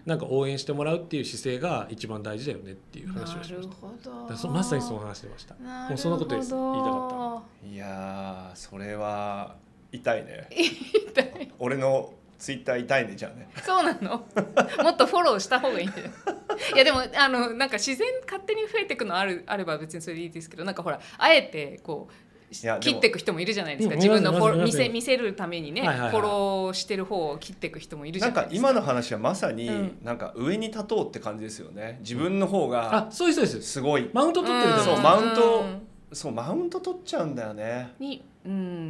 なんか応援してもらうっていう姿勢が一番大事だよねっていう話をしました。 なるほど。 だそまさにその話してました。 なるほど。 もうそのことです言いたかった。いやーそれは痛いね。 痛い。 俺のツイッター痛いねじゃあね。 そうなの。もっとフォローした方がいいんだよ。いやでもあのなんか自然勝手に増えていくのあるあれば別にそれでいいですけど、なんかほらあえてこう切っていく人もいるじゃないですか。自分のフォロー見せ見せるためにね、はいはいはい、フォローしてる方を切っていく人もいるじゃないですか。 なんか今の話はまさに、うん、なんか上に立とうって感じですよね。自分の方が、 あ、そうですそうです。 すごいマウント取ってるじゃないですか。 そうマウント、そうマウント取っちゃうんだよね。 に、うん、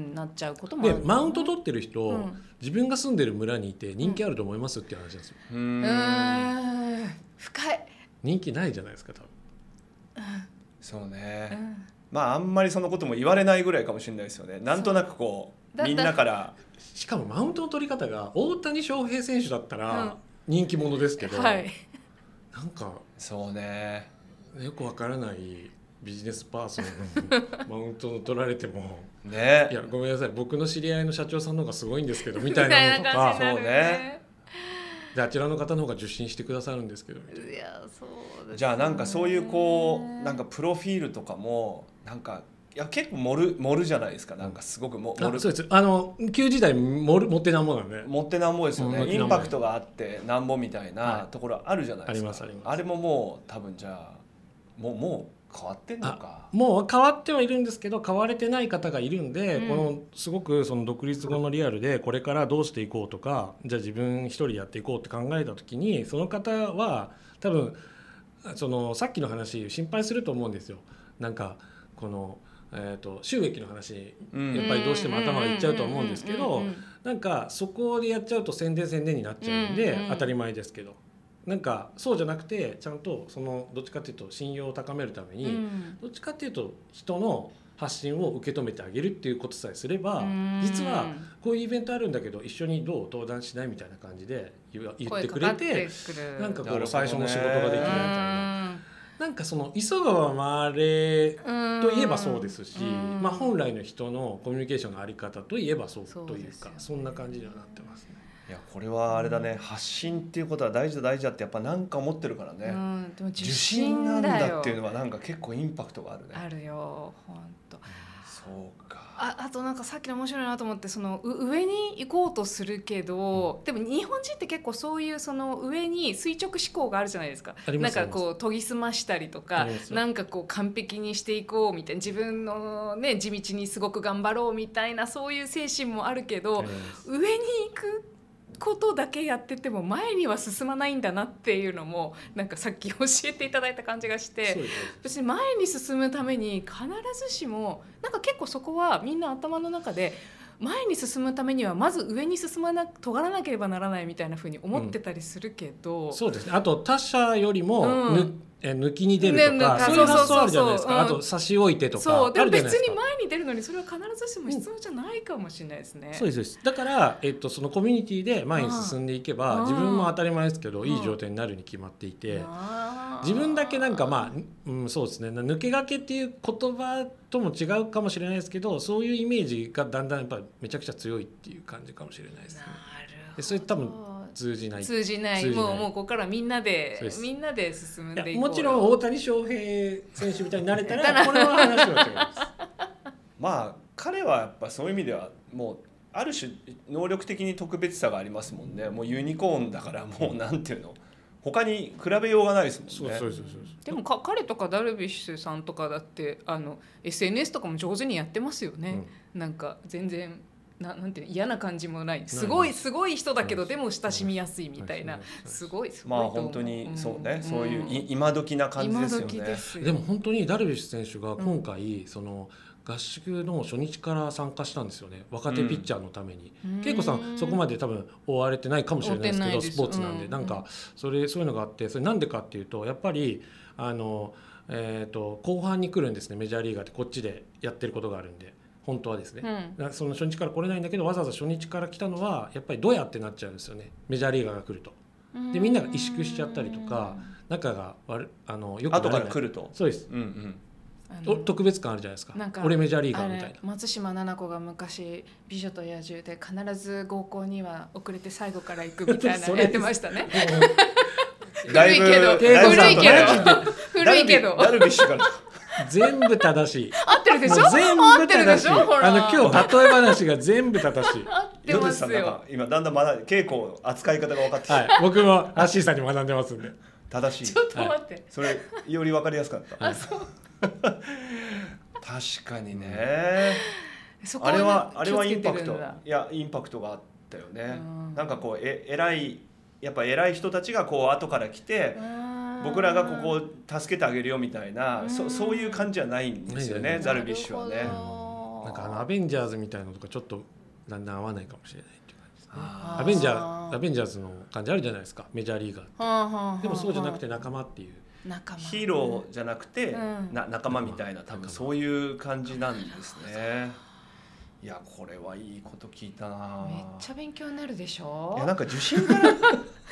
なっちゃうこともある。 でマウント取ってる人、うん、自分が住んでる村にいて人気あると思いますっていう話なんですよ。 うーん、うーん深い。 人気ないじゃないですか多分。 うん、そうね。うんまああんまりそのことも言われないぐらいかもしれないですよね。なんとなくこうみんなからしかもマウントの取り方が大谷翔平選手だったら人気者ですけど、うんはい、なんかそうねよくわからないビジネスパーソンのマウントを取られてもねいやごめんなさい僕の知り合いの社長さんの方がすごいんですけどみたいなのとかそうねであちらの方の方が受信してくださるんですけどいやそうです、ね、 じゃあなんかそういうこうなんかプロフィールとかもなんかいや結構盛る盛るじゃないですか。なんかすごくも盛る。 そうです。あの旧時代盛る持ってなんぼなんで。 持ってなんぼですよね。インパクトがあってなんぼみたいなところあるじゃないですか。 はい、ありますあります。 あれももう多分じゃあもうもう変わってんのか。 もう変わってはいるんですけど変われてない方がいるんで、うん、このすごくその独立後のリアルでこれからどうしていこうとかじゃあ自分一人やっていこうって考えた時にその方は多分そのさっきの話心配すると思うんですよ。なんかこのえー、と収益の話やっぱりどうしても頭がいっちゃうと思うんですけどなんかそこでやっちゃうと宣伝宣伝になっちゃうんで当たり前ですけどなんかそうじゃなくてちゃんとそのどっちかっていうと信用を高めるためにどっちかっていうと人の発信を受け止めてあげるっていうことさえすれば実はこういうイベントあるんだけど一緒にどう登壇しないみたいな感じで言ってくれてなんかこう最初の仕事ができるみたいな。なんかその急がば回れといえばそうですし、まあ、本来の人のコミュニケーションのあり方といえばそうというか そ, う、ね、そんな感じにはなってますね。 いやこれはあれだね、うん、発信っていうことは大事だ大事だってやっぱなんか思ってるからね、うん、でも受信なんだっていうのはなんか結構インパクトがあるね。 あるよ本当。 そうか。 あ, あとなんかさっきの面白いなと思ってその上に行こうとするけど、うん、でも日本人って結構そういうその上に垂直思考があるじゃないですか。なんかこう研ぎ澄ましたりとかなんかこう完璧にしていこうみたいな自分のね地道にすごく頑張ろうみたいなそういう精神もあるけど上に行くことだけやってても前には進まないんだなっていうのもなんかさっき教えていただいた感じがして別に前に進むために必ずしもなんか結構そこはみんな頭の中で前に進むためにはまず上に進まな尖らなければならないみたいな風に思ってたりするけど、 うん、そうですね。あと他者よりも、うんえ抜きに出るとか、ね、そういう発想あるじゃないですか。そうそうそうそう、あと差し置いてとかそうでも別に前に出るのにそれは必ずしも必要じゃないかもしれないですね、 うん、そうですそうです。だから、えっと、そのコミュニティで前に進んでいけば自分も当たり前ですけどいい状態になるに決まっていて自分だけなんかまあ、うん、そうですね抜け駆けっていう言葉とも違うかもしれないですけどそういうイメージがだんだんやっぱめちゃくちゃ強いっていう感じかもしれないですね。 なるほど。 でそれ多分通じない通じないもうもうここからみんなでみんなで進んでいこう。 もちろん大谷翔平選手みたいになれたらこれは話は違います。 まあ彼はやっぱそういう意味ではもうある種能力的に特別さがありますもんね。もうユニコーンだからもうなんていうの他に比べようがないですもんね。 そうそうそうそう。 でもか彼とかダルビッシュさんとかだってあの エスエヌエス とかも上手にやってますよね、うん、なんか全然ななんていう嫌な感じもないすごいすごい人だけどでも親しみやすいみたいなすごいすごいまあ本当にそうね、うん、そういうい今時な感じですよね。 今時ですよ。 でも本当にダルビッシュ選手が今回、うん、その合宿の初日から参加したんですよね若手ピッチャーのために、うん、恵子さんそこまで多分追われてないかもしれないですけどスポーツなんで、うん、なんかそれそういうのがあってそれなんでかっていうとやっぱりあの、えー、と後半に来るんですねメジャーリーガーってこっちでやってることがあるんで本当はですね、うん、その初日から来れないんだけどわざわざ初日から来たのはやっぱりどうやってなっちゃうんですよねメジャーリーガーが来ると。でみんなが萎縮しちゃったりとか仲が悪あのよくならない。 後から来るとそうです、うんうん、特別感あるじゃないですか。なんか俺メジャーリーガーみたいな。 松島菜々子が昔美女と野獣で必ず合コンには遅れて最後から行くみたいなやってましたね。 だいぶ古いけど古いけど古いけどダルビッシュから全部正しい。 合ってるでしょ。 全部正しい。あの今日例え話が全部正しい。 合ってますよ。 ヨネさんなんか今だんだんまだ稽古扱い方が分かってきて、 はい、僕もアッシーさんに学んでますんで。 正しい。 ちょっと待って、はい、 それより分かりやすかった。 あ、そう確かにね。そこあれはあれはインパクト、いやインパクトがあったよね。なんかこうえ偉いやっぱ偉い人たちがこう後から来て。僕らがここを助けてあげるよみたいな、うん、そ, そういう感じはないんですよね、ダルビッシュはね。 なんかあのアベンジャーズみたいなのとかちょっとだんだん合わないかもしれないっていう感じですね。アベンジャーアベンジャーズの感じあるじゃないですか、メジャーリーガーって、はあはあ、でもそうじゃなくて仲間っていう仲間ヒーローじゃなくて、うん、な仲間みたいな多分そういう感じなんですね。いやこれはいいこと聞いたな。 めっちゃ勉強になるでしょ。 いやなんか受信からこ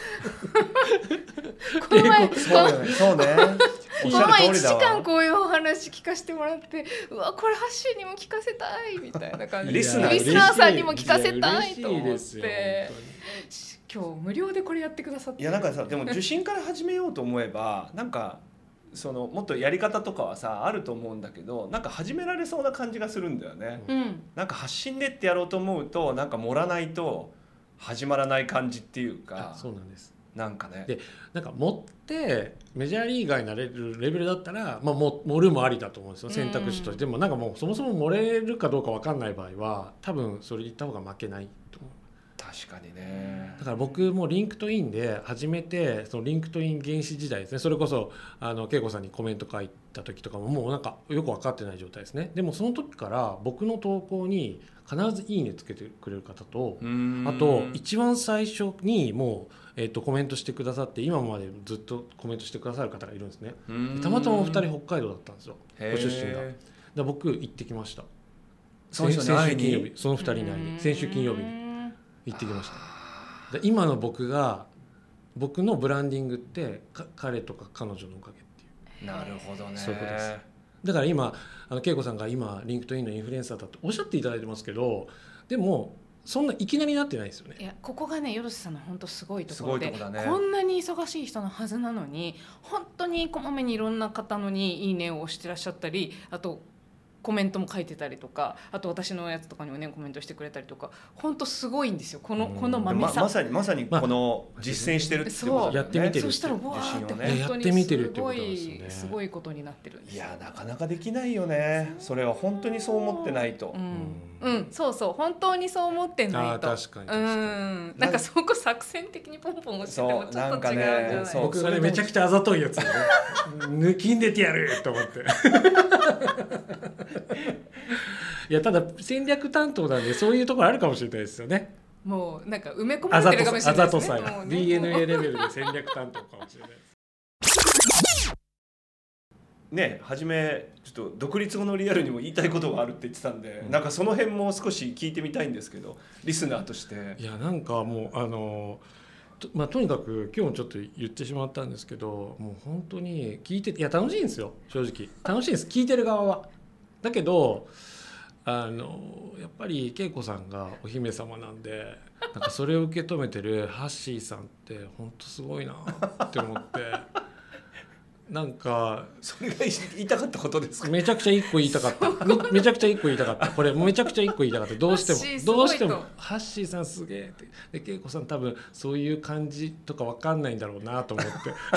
の前そうねそうねこの前いちじかんこういうお話聞かせてもらって、うわこれハッシーにも聞かせたいみたいな感じでリスナー、リスナーさんにも聞かせたいと思って今日無料でこれやってくださって。 いやなんかさでも受信から始めようと思えばなんかそのもっとやり方とかはさあると思うんだけど、なんか始められそうな感じがするんだよね、うん、なんか発信でってやろうと思うとなんか盛らないと始まらない感じっていうか。 そうなんです。 なんかねでなんか持ってメジャーリーガーになれるレベルだったら、まあ、も盛るもありだと思うんですよ、選択肢として。でもなんかもうそもそも盛れるかどうか分かんない場合は多分それ言った方が負けないと思う。 確かにね。 だから僕もリンクトインで初めてそのリンクトイン原始時代ですね、それこそあの恵子さんにコメント書いた時とかももうなんかよく分かってない状態ですね。でもその時から僕の投稿に必ずいいねつけてくれる方と、あと一番最初にもう、えー、とコメントしてくださって今までずっとコメントしてくださる方がいるんですね。たまたまお二人北海道だったんですよ、ご出身が。で僕行ってきました。 その人に会いに先週金曜日その二人に会いに先週金曜日に行ってきました。で今の僕が僕のブランディングって彼とか彼女のおかげっていう。 なるほどね。 そういうことです。だから今あの恵子さんが今リンクトインのインフルエンサーだとおっしゃっていただいてますけど、でもそんないきなりなってないですよね。 いやここがね淀瀬さんの本当すごいところで、 ね、 こんなに忙しい人のはずなのに本当にこまめにいろんな方のにいいねを押してらっしゃったり、あとコメントも書いてたりとか、あと私のやつとかにもねコメントしてくれたりとか、本当すごいんですよこのこのまめさ。 ま, まさにまさにこの実践してるってことだよね。 やってみてるって。 そしたらわーってね、やってみてるってことですよね。 すごいことになってるんですよ。 いやなかなかできないよね。それは本当にそう思ってないと。 うん、うん、そうそう本当にそう思ってないと。 あ確かに確かに。 うん、なんかそこ作戦的にポンポン押しててもちょっと違うじゃない。 ね、僕がねめちゃくちゃあざといやつね抜きんでてやると思っていやただ戦略担当なんでそういうところあるかもしれないですよね。 もうなんか埋め込まれてるかもしれないですね。 あざとさ ディーエヌエー レベルで戦略担当かもしれないですね。初めちょっと独立後のリアルにも言いたいことがあるって言ってたんで、うん、なんかその辺も少し聞いてみたいんですけど、リスナーとして。 いやなんかもうあのと,、まあ、とにかく今日もちょっと言ってしまったんですけど、もう本当に聞いていや楽しいんですよ正直。楽しいです聞いてる側は。だけどあのやっぱり恵子さんがお姫様なんで、なんかそれを受け止めてるハッシーさんって本当すごいなって思ってなんかそれが言いたかったことですか。 めちゃくちゃ一個言いたかっため, めちゃくちゃ一個言いたかったこれめちゃくちゃ一個言いたかったどうしてもどうしてもハッシーさんすげえってで恵子さん多分そういう感じとか分かんないんだろうなと思って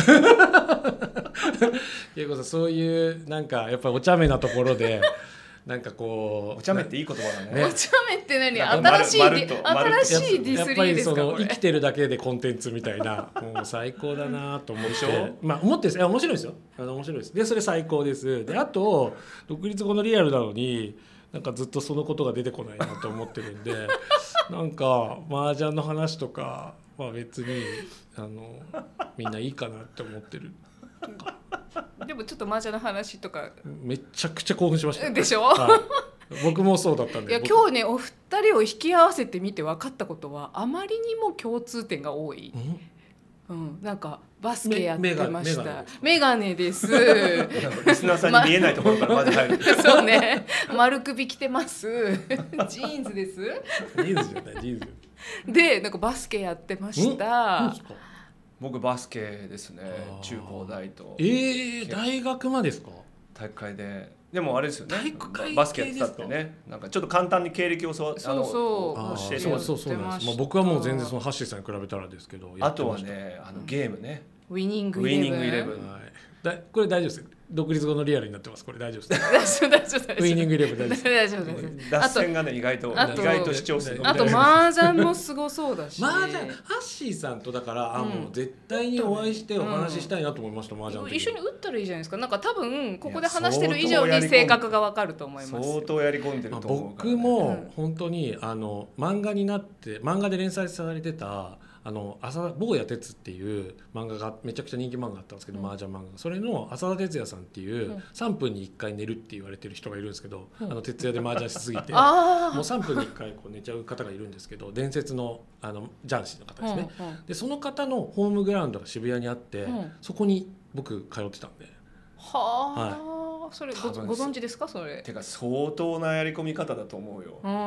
恵子さんそういうなんかやっぱりお茶目なところでなんかこうお茶目っていい言葉だね。 お茶目って何？新しい新しいディスリーですか？ やっぱりその生きてるだけでコンテンツみたいなもう最高だなと思ってまあ思ってるんですよ。面白いですよ。あの面白いです。でそれ最高です。であと独立後のリアルなのになんかずっとそのことが出てこないなと思ってるんでなんか麻雀の話とかは別にあのみんないいかなって思ってるとか。 でもちょっと麻雀の話とかめちゃくちゃ興奮しましたでしょ、 はい、僕もそうだったんで。 いや今日ねお二人を引き合わせてみて分かったことはあまりにも共通点が多い、うんうん、なんかバスケやってました。メガネですリスナーさんに見えないところからまず入るそうね丸首着てますジーンズですジーンズじゃないジーンズでなんかバスケやってました。 僕バスケですね。中高大と。 えー、大学までですか？ 体育会で。でもあれですよね。 体育会バスケやってたってね。なんかちょっと簡単に経歴をそうそうそうあしてそうそうそうなんです。まあ、僕はもう全然そのハッシーさんに比べたらですけど。 あとはね、あのゲームね。 ウィニングイレブン。 ウィニングイレブン。 はい。だこれ大丈夫です。独立後のリアルになってます。これ大丈夫です。 大丈夫大丈夫大丈夫。 ウィニングイレブン大丈夫大丈夫大丈夫。 脱線がね意外と意外と主張する。 あと麻雀もすごそうだし。 麻雀ハッシーさんとだからあもう絶対にお会いしてお話ししたいなと思いました。麻雀。 一緒に打ったらいいじゃないですか。なんか多分ここで話してる以上に性格がわかると思います。 相当やり込んでると思うから。 僕も本当にあの漫画になって漫画で連載されてた。あの浅坊や哲っていう漫画がめちゃくちゃ人気漫画があったんですけど、うん、麻雀漫画それの浅田哲也さんっていう、うん、さんぷんにいっかい寝るって言われてる人がいるんですけど、うん、あの徹夜で麻雀しすぎてもうさんぷんにいっかいこう寝ちゃう方がいるんですけど伝説のあの雀士の方ですね、うんうん、でその方のホームグラウンドが渋谷にあって、うん、そこに僕通ってたんではあ、はいそれ ご, ご存知ですかそれ。 てか相当なやり込み方だと思うよ、うん、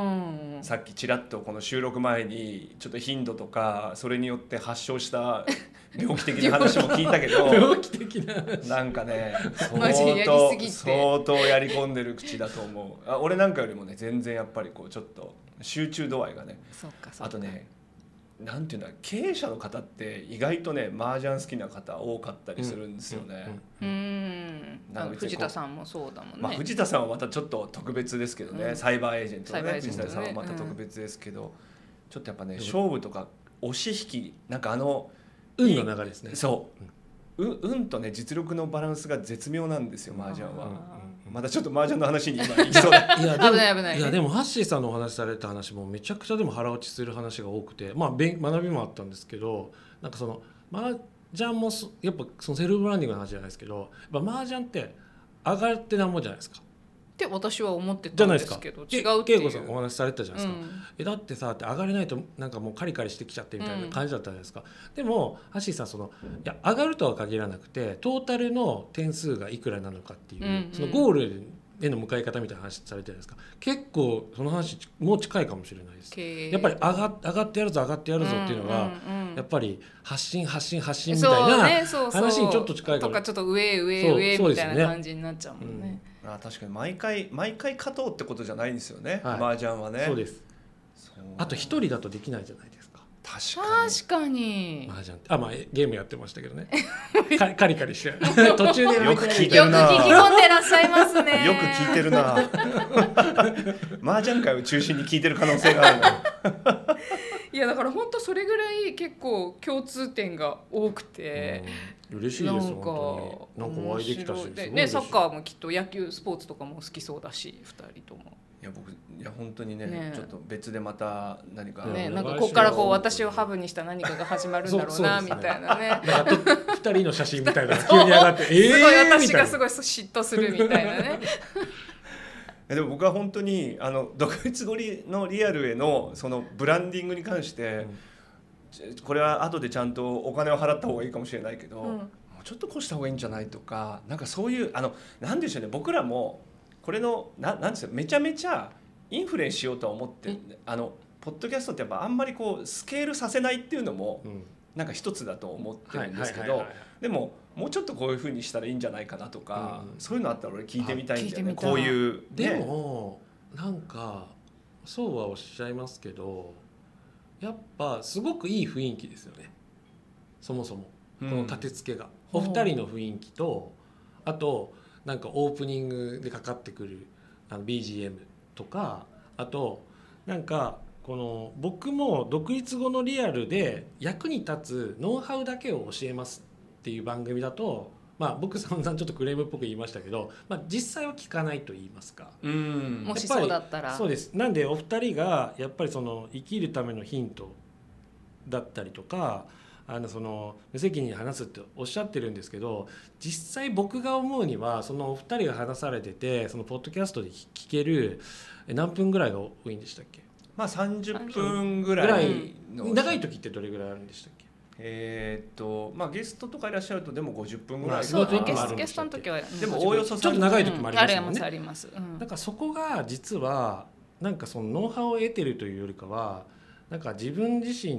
さっきちらっとこの収録前にちょっと頻度とかそれによって発症した病気的な話も聞いたけど病気的ななんかね相当相当やり込んでる口だと思う。あ俺なんかよりもね全然やっぱりこうちょっと集中度合いがねそうかそうかあとねなんていうんだ経営者の方って意外とね麻雀好きな方多かったりするんですよね。 うんうんうん、藤田さんもそうだもんね。 まあ、藤田さんはまたちょっと特別ですけどね、うん、サイバーエージェントのね藤田さんはまた特別ですけど、うん、ちょっとやっぱね勝負とか押し引きなんかあの運の流れですね。 そう、うん、運とね実力のバランスが絶妙なんですよ麻雀は。まだちょっと麻雀の話に今行きそうだいやでも危ない危ない。いやでもハッシーさんのお話しされた話もめちゃくちゃでも腹落ちする話が多くて、まあ学びもあったんですけど、なんかその麻雀もやっぱそのセルフブランディングの話じゃないですけど、やっぱ麻雀って上がってなんぼじゃないですか。 って私は思ってたんですけど違うっていう。 恵子さんお話しされてたじゃないですか、うん、えだってさって上がれないとなんかもうカリカリしてきちゃってみたいな感じだったじゃないですか、うん、でもハッシーさんそのいや上がるとは限らなくてトータルの点数がいくらなのかっていう、うんうん、そのゴールへの向かい方みたいな話されてるじゃないですか。結構その話もう近いかもしれないです。やっぱり上が、上がってやるぞ上がってやるぞっていうのが、うんうん、やっぱり発信発信発信みたいな話にちょっと近いかも。 とかちょっと上上上みたいな感じになっちゃうもんね。 あ確かに毎回毎回勝とうってことじゃないんですよね、はい、麻雀はね。 そうです。あと一人だとできないじゃないですか。 確かに確かに麻雀あ、まあ、ゲームやってましたけどねカリカリして途中でよく聞いてるな。 よく聞き込んでらっしゃいますねよく聞いてるな麻雀界を中心に聞いてる可能性があるいやだから本当それぐらい結構共通点が多くて、 うん、嬉しいです。なんか本当になんかお会いできたしで、ね、サッカーもきっと野球スポーツとかも好きそうだしふたりとも。 いや僕いや本当に ね, ねちょっと別でまた何か、 ね、なんかここからこう私をハブにした何かが始まるんだろうなみたいなね。 だからふたりの写真みたいな急に上がってえーすごい私がすごい嫉妬するみたいなねでも僕は本当にあの独立後のリアルへのそのブランディングに関して、うん、これは後でちゃんとお金を払った方がいいかもしれないけど、うん、もうちょっとこうした方がいいんじゃないとかなんかそういうあのなんでしょうね僕らもこれの な, なんですよめちゃめちゃインフレしようとは思ってあのポッドキャストってやっぱあんまりこうスケールさせないっていうのも、うん、なんか一つだと思ってるんですけどでももうちょっとこういう風にしたらいいんじゃないかなとか、うん、そういうのあったら俺聞いてみたいんだよね。こういう、ね、 でもなんかそうはおっしゃいますけどやっぱすごくいい雰囲気ですよねそもそもこの立て付けが、うん、お二人の雰囲気とあとなんかオープニングでかかってくるあの ビージーエム とかあとなんかこの僕も独立後のリアルで役に立つノウハウだけを教えますっていう番組だと、まあ、僕さんざんちょっとクレームっぽく言いましたけど、まあ、実際は聞かないと言いますか。 うんもしそうだったらそうです。なんでお二人がやっぱりその生きるためのヒントだったりとかあのその無責任に話すっておっしゃってるんですけど実際僕が思うにはそのお二人が話されててそのポッドキャストで聞ける何分ぐらいが多いんでしたっけ。 まあさんじゅっぷんぐらいの長い時ってどれぐらいあるんでしたっけ。 えーっとまあ、ゲストとかいらっしゃるとでもごじゅっぷんぐらい、まあ、 そうゲス、ゲストの時はでもおおよそちょっと長い時もありますよね、 うん、あります、うん、 だからそこが実はなんかそのノウハウを得てるというよりかはなんか自分自身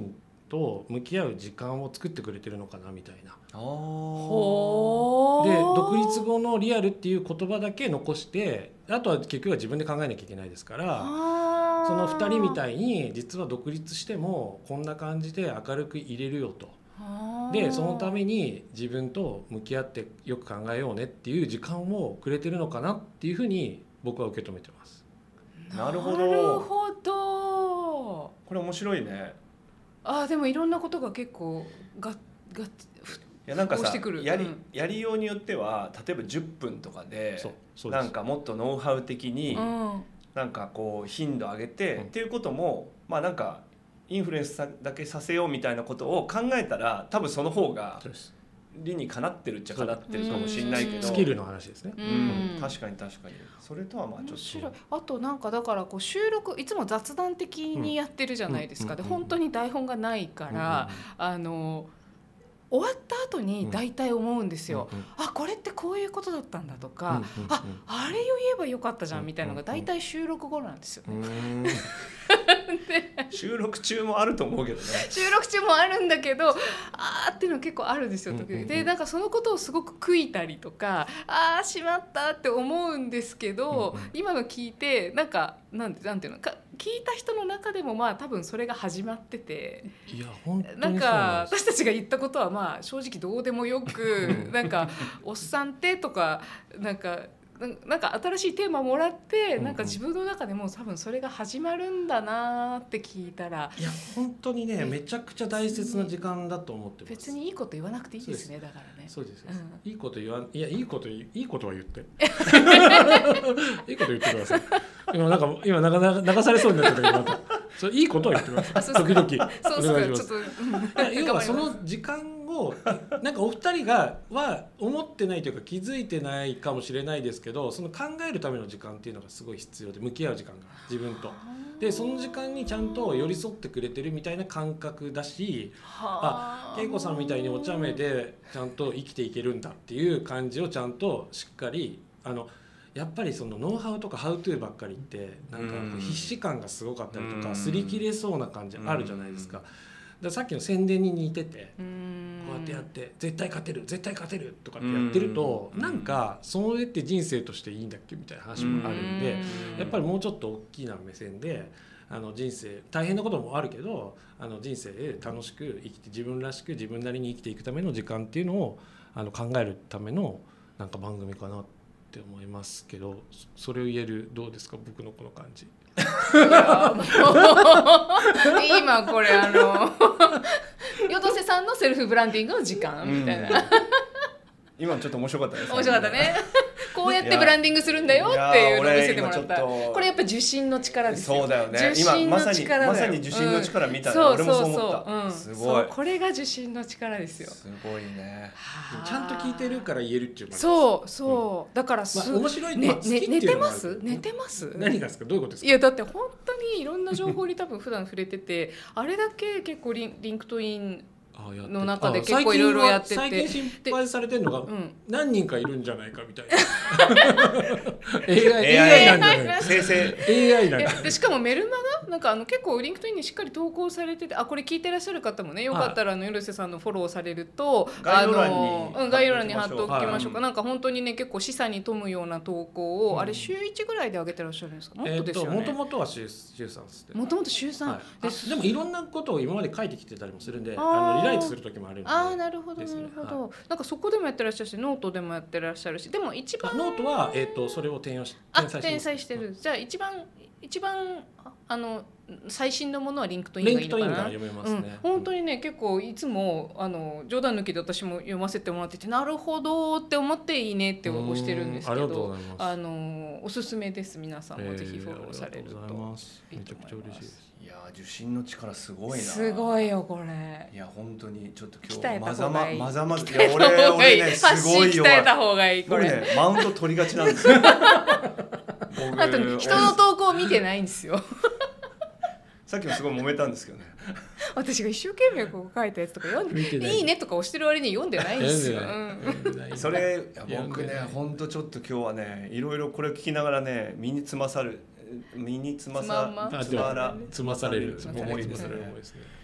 と向き合う時間を作ってくれてるのかなみたいな。 ほー。 で独立後のリアルっていう言葉だけ残して、あとは結局は自分で考えなきゃいけないですから、そのふたりみたいに実は独立してもこんな感じで明るく入れるよと。でそのために自分と向き合ってよく考えようねっていう時間をくれてるのかなっていうふうに僕は受け止めてます。 なるほど。 なるほど。 これ面白いね。 あでもいろんなことが結構ががいやなんかさやり、 うん、 やりようによっては例えばじゅっぷんとかでなんかもっとノウハウ的になんかこう頻度上げて、うん、っていうこともまあなんかインフルエンスだけさせようみたいなことを考えたら多分その方が理にかなってるっちゃかなってるかもしれないけど、 スキルの話ですね、 うんうん、確かに確かにそれとはまあちょっと面白い。 あとなんかだからこう収録いつも雑談的にやってるじゃないですか、うん、で本当に台本がないから、うん、あの終わった後に大体思うんですよ、うんうん、あこれってこういうことだったんだとか、うんうんうん、ああれを言えばよかったじゃんみたいなのが大体収録後なんですよね、うん収録中もあると思うけどね。 収録中もあるんだけどあーっていうの結構あるんですよ、時々、うんうんうん、でなんかそのことをすごく悔いたりとかあーしまったって思うんですけど、うんうん、今の聞いてなんかなんて、なんていうのか聞いた人の中でもまあ多分それが始まってて、 いや本当になんか私たちが言ったことはまあ正直どうでもよくなんかおっさんってとかなんかなんか新しいテーマもらってなんか自分の中でも多分それが始まるんだなって聞いたら、 いや本当にねめちゃくちゃ大切な時間だと思ってます。 別にいいこと言わなくていいですね。だからねそうです、うん、いいこと言わいやいいこといいことは言っていいこと言ってください。今なんか今なんか流されそうになってたけどなんかそれいいことは言ってください。時々お願いします。ちょっと要はその時間をなんかお二人がは思ってないというか気づいてないかもしれないですけど、その考えるための時間っていうのがすごい必要で、向き合う時間が自分とでその時間にちゃんと寄り添ってくれてるみたいな感覚だし、あ恵子さんみたいにお茶目でちゃんと生きていけるんだっていう感じをちゃんとしっかりあのやっぱりそのノウハウとかハウトゥーばっかりってなんか必死感がすごかったりとか擦り切れそうな感じあるじゃないですか。だからさっきの宣伝に似ててこうやってやって絶対勝てる絶対勝てるとかってやってるとなんかそれって人生としていいんだっけみたいな話もあるんで、やっぱりもうちょっと大きな目線であの人生大変なこともあるけどあの人生で楽しく生きて自分らしく自分なりに生きていくための時間っていうのをあの考えるためのなんか番組かなって思いますけど、それを言えるどうですか僕のこの感じ。いやもう今これあの淀瀬さんのセルフブランディングの時間みたいな、うん、 今ちょっと面白かったですね。 面白かったね。こうやってブランディングするんだよっていうのを見せてもらった。これやっぱ受信の力ですよ。 そうだよね。今まさにまさに受信の力見たね、うん、俺もそう思った。うん、すごい。 これが受信の力ですよ。 すごいね。 ちゃんと聞いてるから言えるっていう感じ。 そうそう、うん、だからす、 まあ、面白いね、ね、寝てます寝てます何がですかどういうことですか。 いやだって本当にいろんな情報に多分普段触れててあれだけ結構リン、リンクトインの中で結構いろいろやってて、 最近心配されてるのが何人かいるんじゃないかみたいなエーアイ, エーアイ なんじゃない生成エーアイ なんかでしかもメルマガなんかあの結構リンクトインにしっかり投稿されてて、あこれ聞いてらっしゃる方もねよかったらあの淀瀬さんのフォローされると概要欄に、 うん、概要欄に貼っておきましょうか、はい、なんか本当にね結構示唆に富むような投稿を、うん、あれ週いちぐらいで上げてらっしゃるんですか。もっとですよね。 もともとは週さんですもともと週さん、 はい、で, でもいろんなことを今まで書いてきてたりもするんであのリライトする時もあるんで。 ああなるほどなるほど、はい、なんかそこでもやってらっしゃるしノートでもやってらっしゃるし、でも一番ノートは、えー、とそれを転用し転載して転載してる。じゃあ一番一番あの最新のものはリンクトインがいいのかな。リンクトインが読めますね、うん、本当にね結構いつもあの冗談抜きで私も読ませてもらっててなるほどって思っていいねって押してるんですけど、あのおすすめです。皆さんもぜひフォローされるといいと思います。 めちゃくちゃ嬉しいです。 いや受信の力すごいな。 すごいよこれ。 いや本当にちょっと今日まざままざまいや俺俺ねすごいよ。 鍛えた方がいいこれ。 僕ねマウント取りがちなんですよ。 あと人の投稿を見てないんですよ。 さっきもすごい揉めたんですけどね。 私が一生懸命こう書いたやつとか読んでいいねとか押してる割に読んでないんですよ。 うん、それ僕ね本当ちょっと今日はねいろいろこれ聞きながらね身につまさる身につまさつまらつまされる思いですね。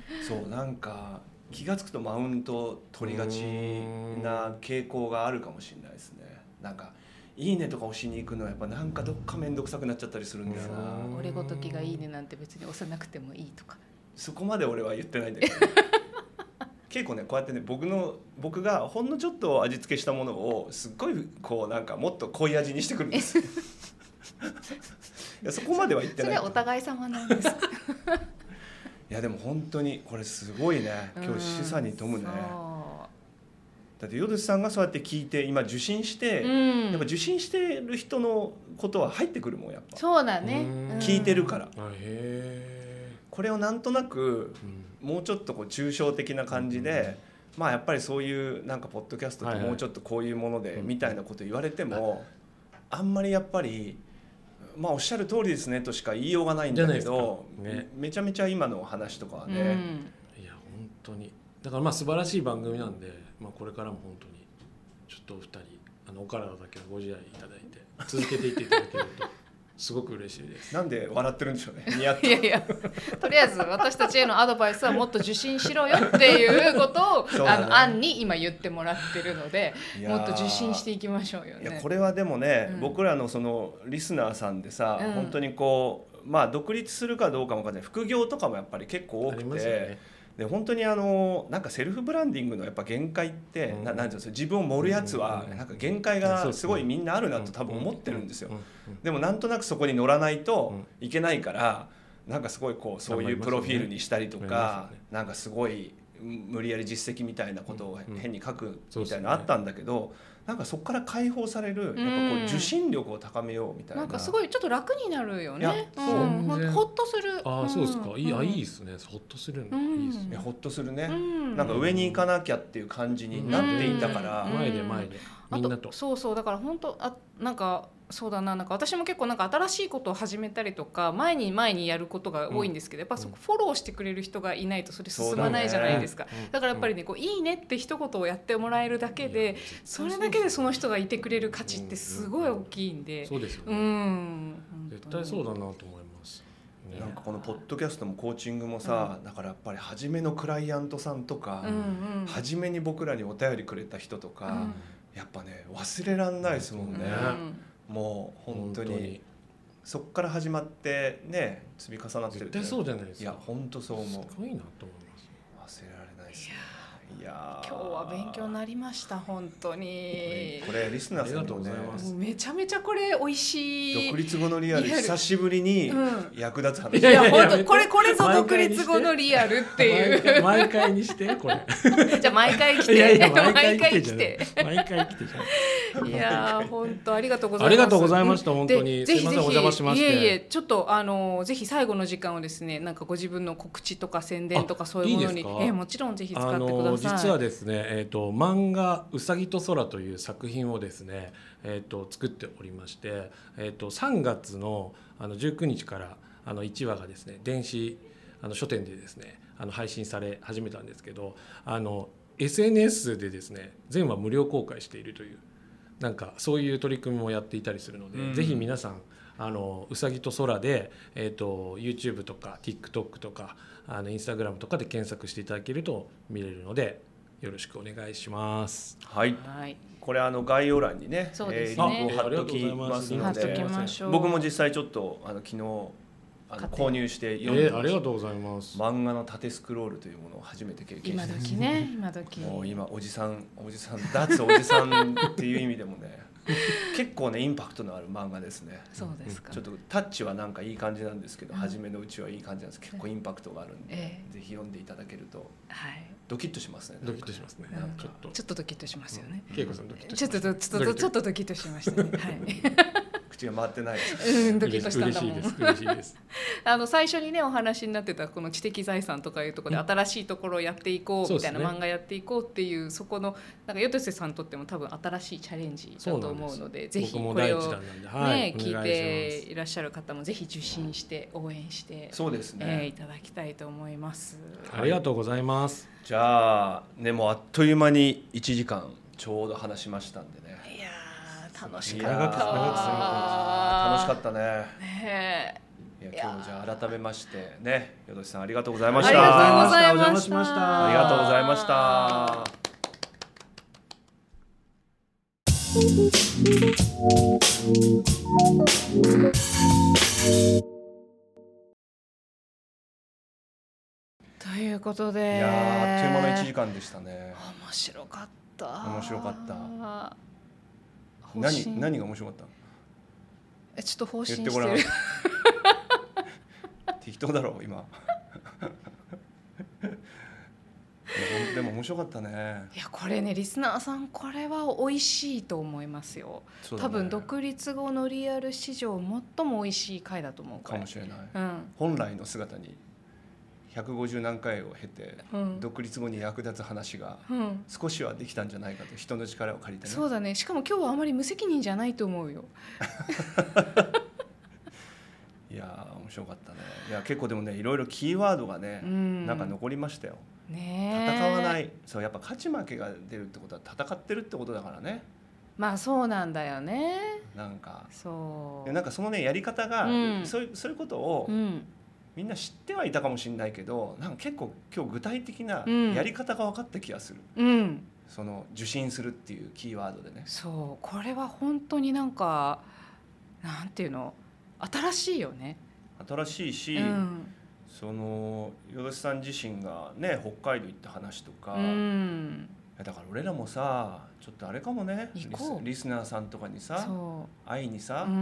そうなんか気がつくとマウント取りがちな傾向があるかもしれないですね。なんかいいねとか押しに行くのはやっぱなんかどっかめんどくさくなっちゃったりするんだよな。 俺ごときがいいねなんて別に押さなくてもいいとか。 そこまで俺は言ってないんだけど結構ねこうやってね僕の僕がほんのちょっと味付けしたものをすっごいこうなんかもっと濃い味にしてくるんですいやそこまでは言ってない。 それはお互い様なんですいやでも本当にこれすごいね今日示唆に富むね。だってヨドシさんがそうやって聞いて今受信して、うん、やっぱ受信してる人のことは入ってくるもんやっぱ。 そうだね、 聞いてるから。 へー。 これをなんとなく、うん、もうちょっとこう抽象的な感じで、うん、まあやっぱりそういうなんかポッドキャストってもうちょっとこういうもので、はいはい、みたいなこと言われても、うん、あんまりやっぱりまあおっしゃる通りですねとしか言いようがないんだけど、ね、めちゃめちゃ今の話とかはね、うん、 いや本当にだからまあ素晴らしい番組なんで、まあ、これからも本当にちょっとお二人あのお体だけはご自愛いただいて続けていっていただけるとすごく嬉しいです。 なんで笑ってるんでしょうね。似合っていやいやとりあえず私たちへのアドバイスはもっと受信しろよっていうことを、ね、あのアンに今言ってもらってるのでもっと受信していきましょうよね。 いやこれはでもね、うん、僕らのそのリスナーさんでさ、うん、本当にこうまあ独立するかどうかも分かんない副業とかもやっぱり結構多くて。で本当にあのなんかセルフブランディングのやっぱ限界って、うん、ななんていうんですか自分を盛るやつはなんか限界がすごいみんなあるなと多分思ってるんですよ。でもなんとなくそこに乗らないといけないからなんかすごいこうそういうプロフィールにしたりとかなんかすごい無理やり実績みたいなことを変に書くみたいなのあったんだけど、なんかそこから解放されるやっぱこう受信力を高めようみたいな、 なんかすごいちょっと楽になるよね。 そう、うん、 ほっとする。 ああそうですか。いい、あいいですね。ほっとするの、うん、いいですね。 ほっとするね、うん、なんか上に行かなきゃっていう感じになっていたから、 うん、前で前でみんなと。 そうそうだから本当あなんか。そうだな、なんか私も結構なんか新しいことを始めたりとか前に前にやることが多いんですけど、やっぱそこフォローしてくれる人がいないとそれ進まないじゃないですか。 だ,、ね、だからやっぱりねこういいねって一言をやってもらえるだけでそれだけでその人がいてくれる価値ってすごい大きいんで、 そうですよね、うん、絶対そうだなと思います、ね、 なんかこのポッドキャストもコーチングもさ、うん、だからやっぱり初めのクライアントさんとか、うんうん、初めに僕らにお便りくれた人とか、うん、やっぱね忘れらんないですもんね、うんもう本当にそこから始まってね積み重なってる。 絶対そうじゃないですか。 いや本当そう思う。 すごいなと思います。忘れられないですね。 いや今日は勉強になりました本当に。 これリスナーさんとねめちゃめちゃこれ美味しい。 独立後のリアル久しぶりに役立つ話。 いや本当これこれぞ独立後のリアルっていう。 毎回にしてこれ。 じゃあ毎回来て。 いやいや毎回来て。毎回来てじゃん。 いや本当ありがとうございます。 ありがとうございました本当に。すいませんお邪魔しまして。 いえいえちょっとあのぜひ最後の時間をですねなんかご自分の告知とか宣伝とかそういうものにえもちろんぜひ使ってください。 実はですねえっと漫画うさぎと空という作品をですねえっと作っておりましてえっとさんがつのあのじゅうくにちからあのいちわがですね電子あの書店でですねあの配信され始めたんですけどあの エスエヌエス でですね全話無料公開しているというなんかそういう取り組みもやっていたりするので、うん、ぜひ皆さんあのうさぎと空で、えーと、YouTube とか TikTok とかあの Instagram とかで検索していただけると見れるのでよろしくお願いします。 はい、はいこれあの概要欄にね、 そうですね、 えー、リンクを貼っときますので、僕も実際ちょっとあの昨日あの購入して読んで、 えー、ありがとうございます。 漫画の縦スクロールというものを初めて経験して今時ね今時もう今おじさんおじさん脱おじさんっていう意味でもね結構ねインパクトのある漫画ですね。 そうですか。 ちょっとタッチはなんかいい感じなんですけど、うん、初めのうちはいい感じなんですけど結構インパクトがあるんで、えー、ぜひ読んでいただけると、はい、ドキッとしますね。 ドキッとしますね。 なんかちょっとちょっとドキッとしますよね。 恵子さんドキッとします。ちょっとちょっとちょっとドキッとしましたね。はい。 口が回ってないです。 うんドキッとしたんだもん。 嬉しいです嬉しいです。 あの最初にねお話になってたこの知的財産とかいうところで新しいところをやっていこうみたいな、漫画やっていこうっていうそこのなんかヨトセさんにとっても多分新しいチャレンジだと思うので、ぜひこれをね聞いていらっしゃる方もぜひ受信して応援してそうですね、 えー、いただきたいと思います。 ありがとうございます。 じゃあねもうあっという間にいちじかんちょうど話しましたんでね。 いや楽しかった。 楽しかったね。 ねいや今日じゃあ改めましてね、よどしさんありがとうございました。 ありがとうございました。 お邪魔しました。 ありがとうございました。 ということで、 いやあっという間のいちじかんでしたね。 面白かった。 面白かった。何何が面白かった？ えちょっと方針してる。 言ってごらん。適当だろ今。でも面白かったね。 いやこれねリスナーさんこれは美味しいと思いますよ。ね、多分独立後のリアル史上最も美味しい回だと思うかもしれない。 うん、 本来の姿にひゃくごじゅう何回を経て、うん、独立後に役立つ話が少しはできたんじゃないかと、人の力を借りてね。 そうだね。しかも今日はあまり無責任じゃないと思うよ。 いや面白かったね。いや結構でもねいろいろキーワードがね、うん、なんか残りましたよ。ね、戦わない。そうやっぱ勝ち負けが出るってことは戦ってるってことだからね。 まあそうなんだよね。 なんかそうなんかそのねやり方が、うん、そういうそういうことを、うん、みんな知ってはいたかもしれないけど、なんか結構今日具体的なやり方が分かった気がする。うん、その受信するっていうキーワードでね。 そうこれは本当になんかなんていうの新しいよね。 新しいし。うんそのよどしさん自身がね北海道行った話とか、うん、だから俺らもさちょっとあれかもねリス、リスナーさんとかにさ会いにさ、うん、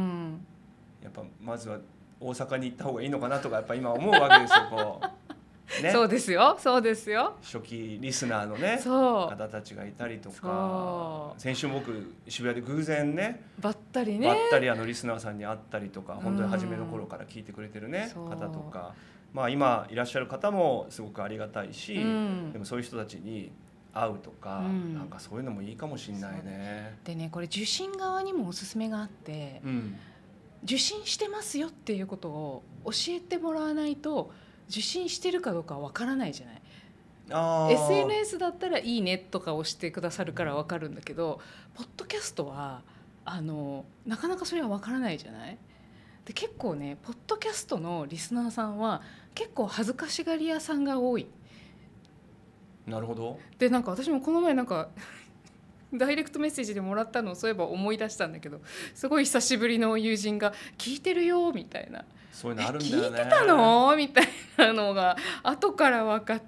やっぱまずは大阪に行った方がいいのかなとかやっぱ今思うわけですよこう、ね、 そうですよそうですよ。 初期リスナーのね方たちがいたりとか、先週僕渋谷で偶然ねばったりねばったりあのリスナーさんに会ったりとか、本当に初めの頃から聞いてくれてるね、うん、方とか。まあ、今いらっしゃる方もすごくありがたいし、うん、でもそういう人たちに会うとか、うん、なんかそういうのもいいかもしれないね。 でねこれ受信側にもおすすめがあって、うん、受信してますよっていうことを教えてもらわないと受信してるかどうかわからないじゃない。あ エスエヌエス だったらいいねとか押してくださるからわかるんだけど、ポッドキャストはあのなかなかそれはわからないじゃない。で結構ねポッドキャストのリスナーさんは結構恥ずかしがり屋さんが多い。 なるほど。 でなんか私もこの前なんかダイレクトメッセージでもらったのをそういえば思い出したんだけど、すごい久しぶりの友人が聞いてるよみたいな、 そういうのあるんだよね。 聞いてたのみたいなのが後から分かって、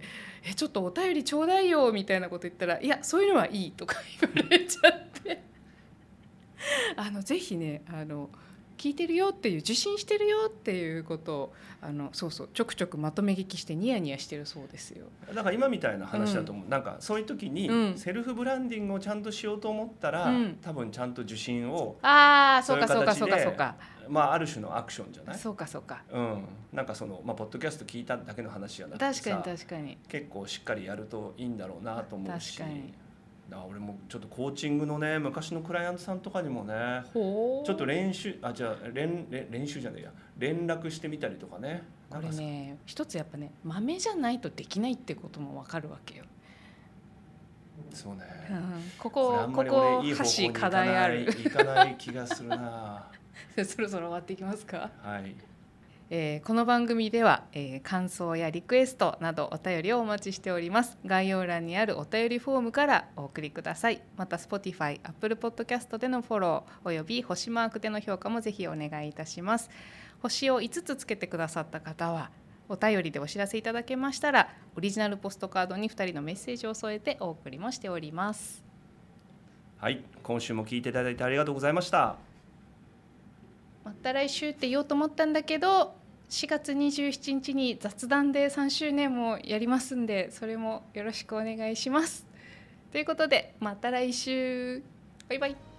えちょっとお便りちょうだいよみたいなこと言ったら、いやそういうのはいいとか言われちゃってあのぜひねあの聞いてるよっていう受信してるよっていうことをあのそうそうちょくちょくまとめ聞きしてニヤニヤしてるそうですよ。 だから今みたいな話だと思う、うん、なんかそういう時にセルフブランディングをちゃんとしようと思ったら、うん、多分ちゃんと受信をああそうかそうかそうかそうか、 まあある種のアクションじゃない。 そうかそうか、 うん、なんかそのまあポッドキャスト聞いただけの話じゃなくてさ、 確かに確かに結構しっかりやるといいんだろうなと思うし。確かに。だ俺もちょっとコーチングのね昔のクライアントさんとかにもねちょっと練習あじゃあ練練習じゃねえや連絡してみたりとかね。 これね一つやっぱね豆じゃないとできないってことも分かるわけよ。 そうね、 うん、ここここ箸課題あるいかない気がするなそろそろ終わっていきますか。 はい。 えー、この番組では、えー、感想やリクエストなどお便りをお待ちしております。概要欄にあるお便りフォームからお送りください。また Spotify、Apple Podcast でのフォローおよび星マークでの評価もぜひお願いいたします。星をいつつつけてくださった方はお便りでお知らせいただけましたらオリジナルポストカードにふたりのメッセージを添えてお送りもしております。 はい、今週も聞いていただいてありがとうございました。 また来週って言おうと思ったんだけどしがつにじゅうしちにちに雑談でさんしゅうねんもやりますんで、それもよろしくお願いします。ということでまた来週、バイバイ。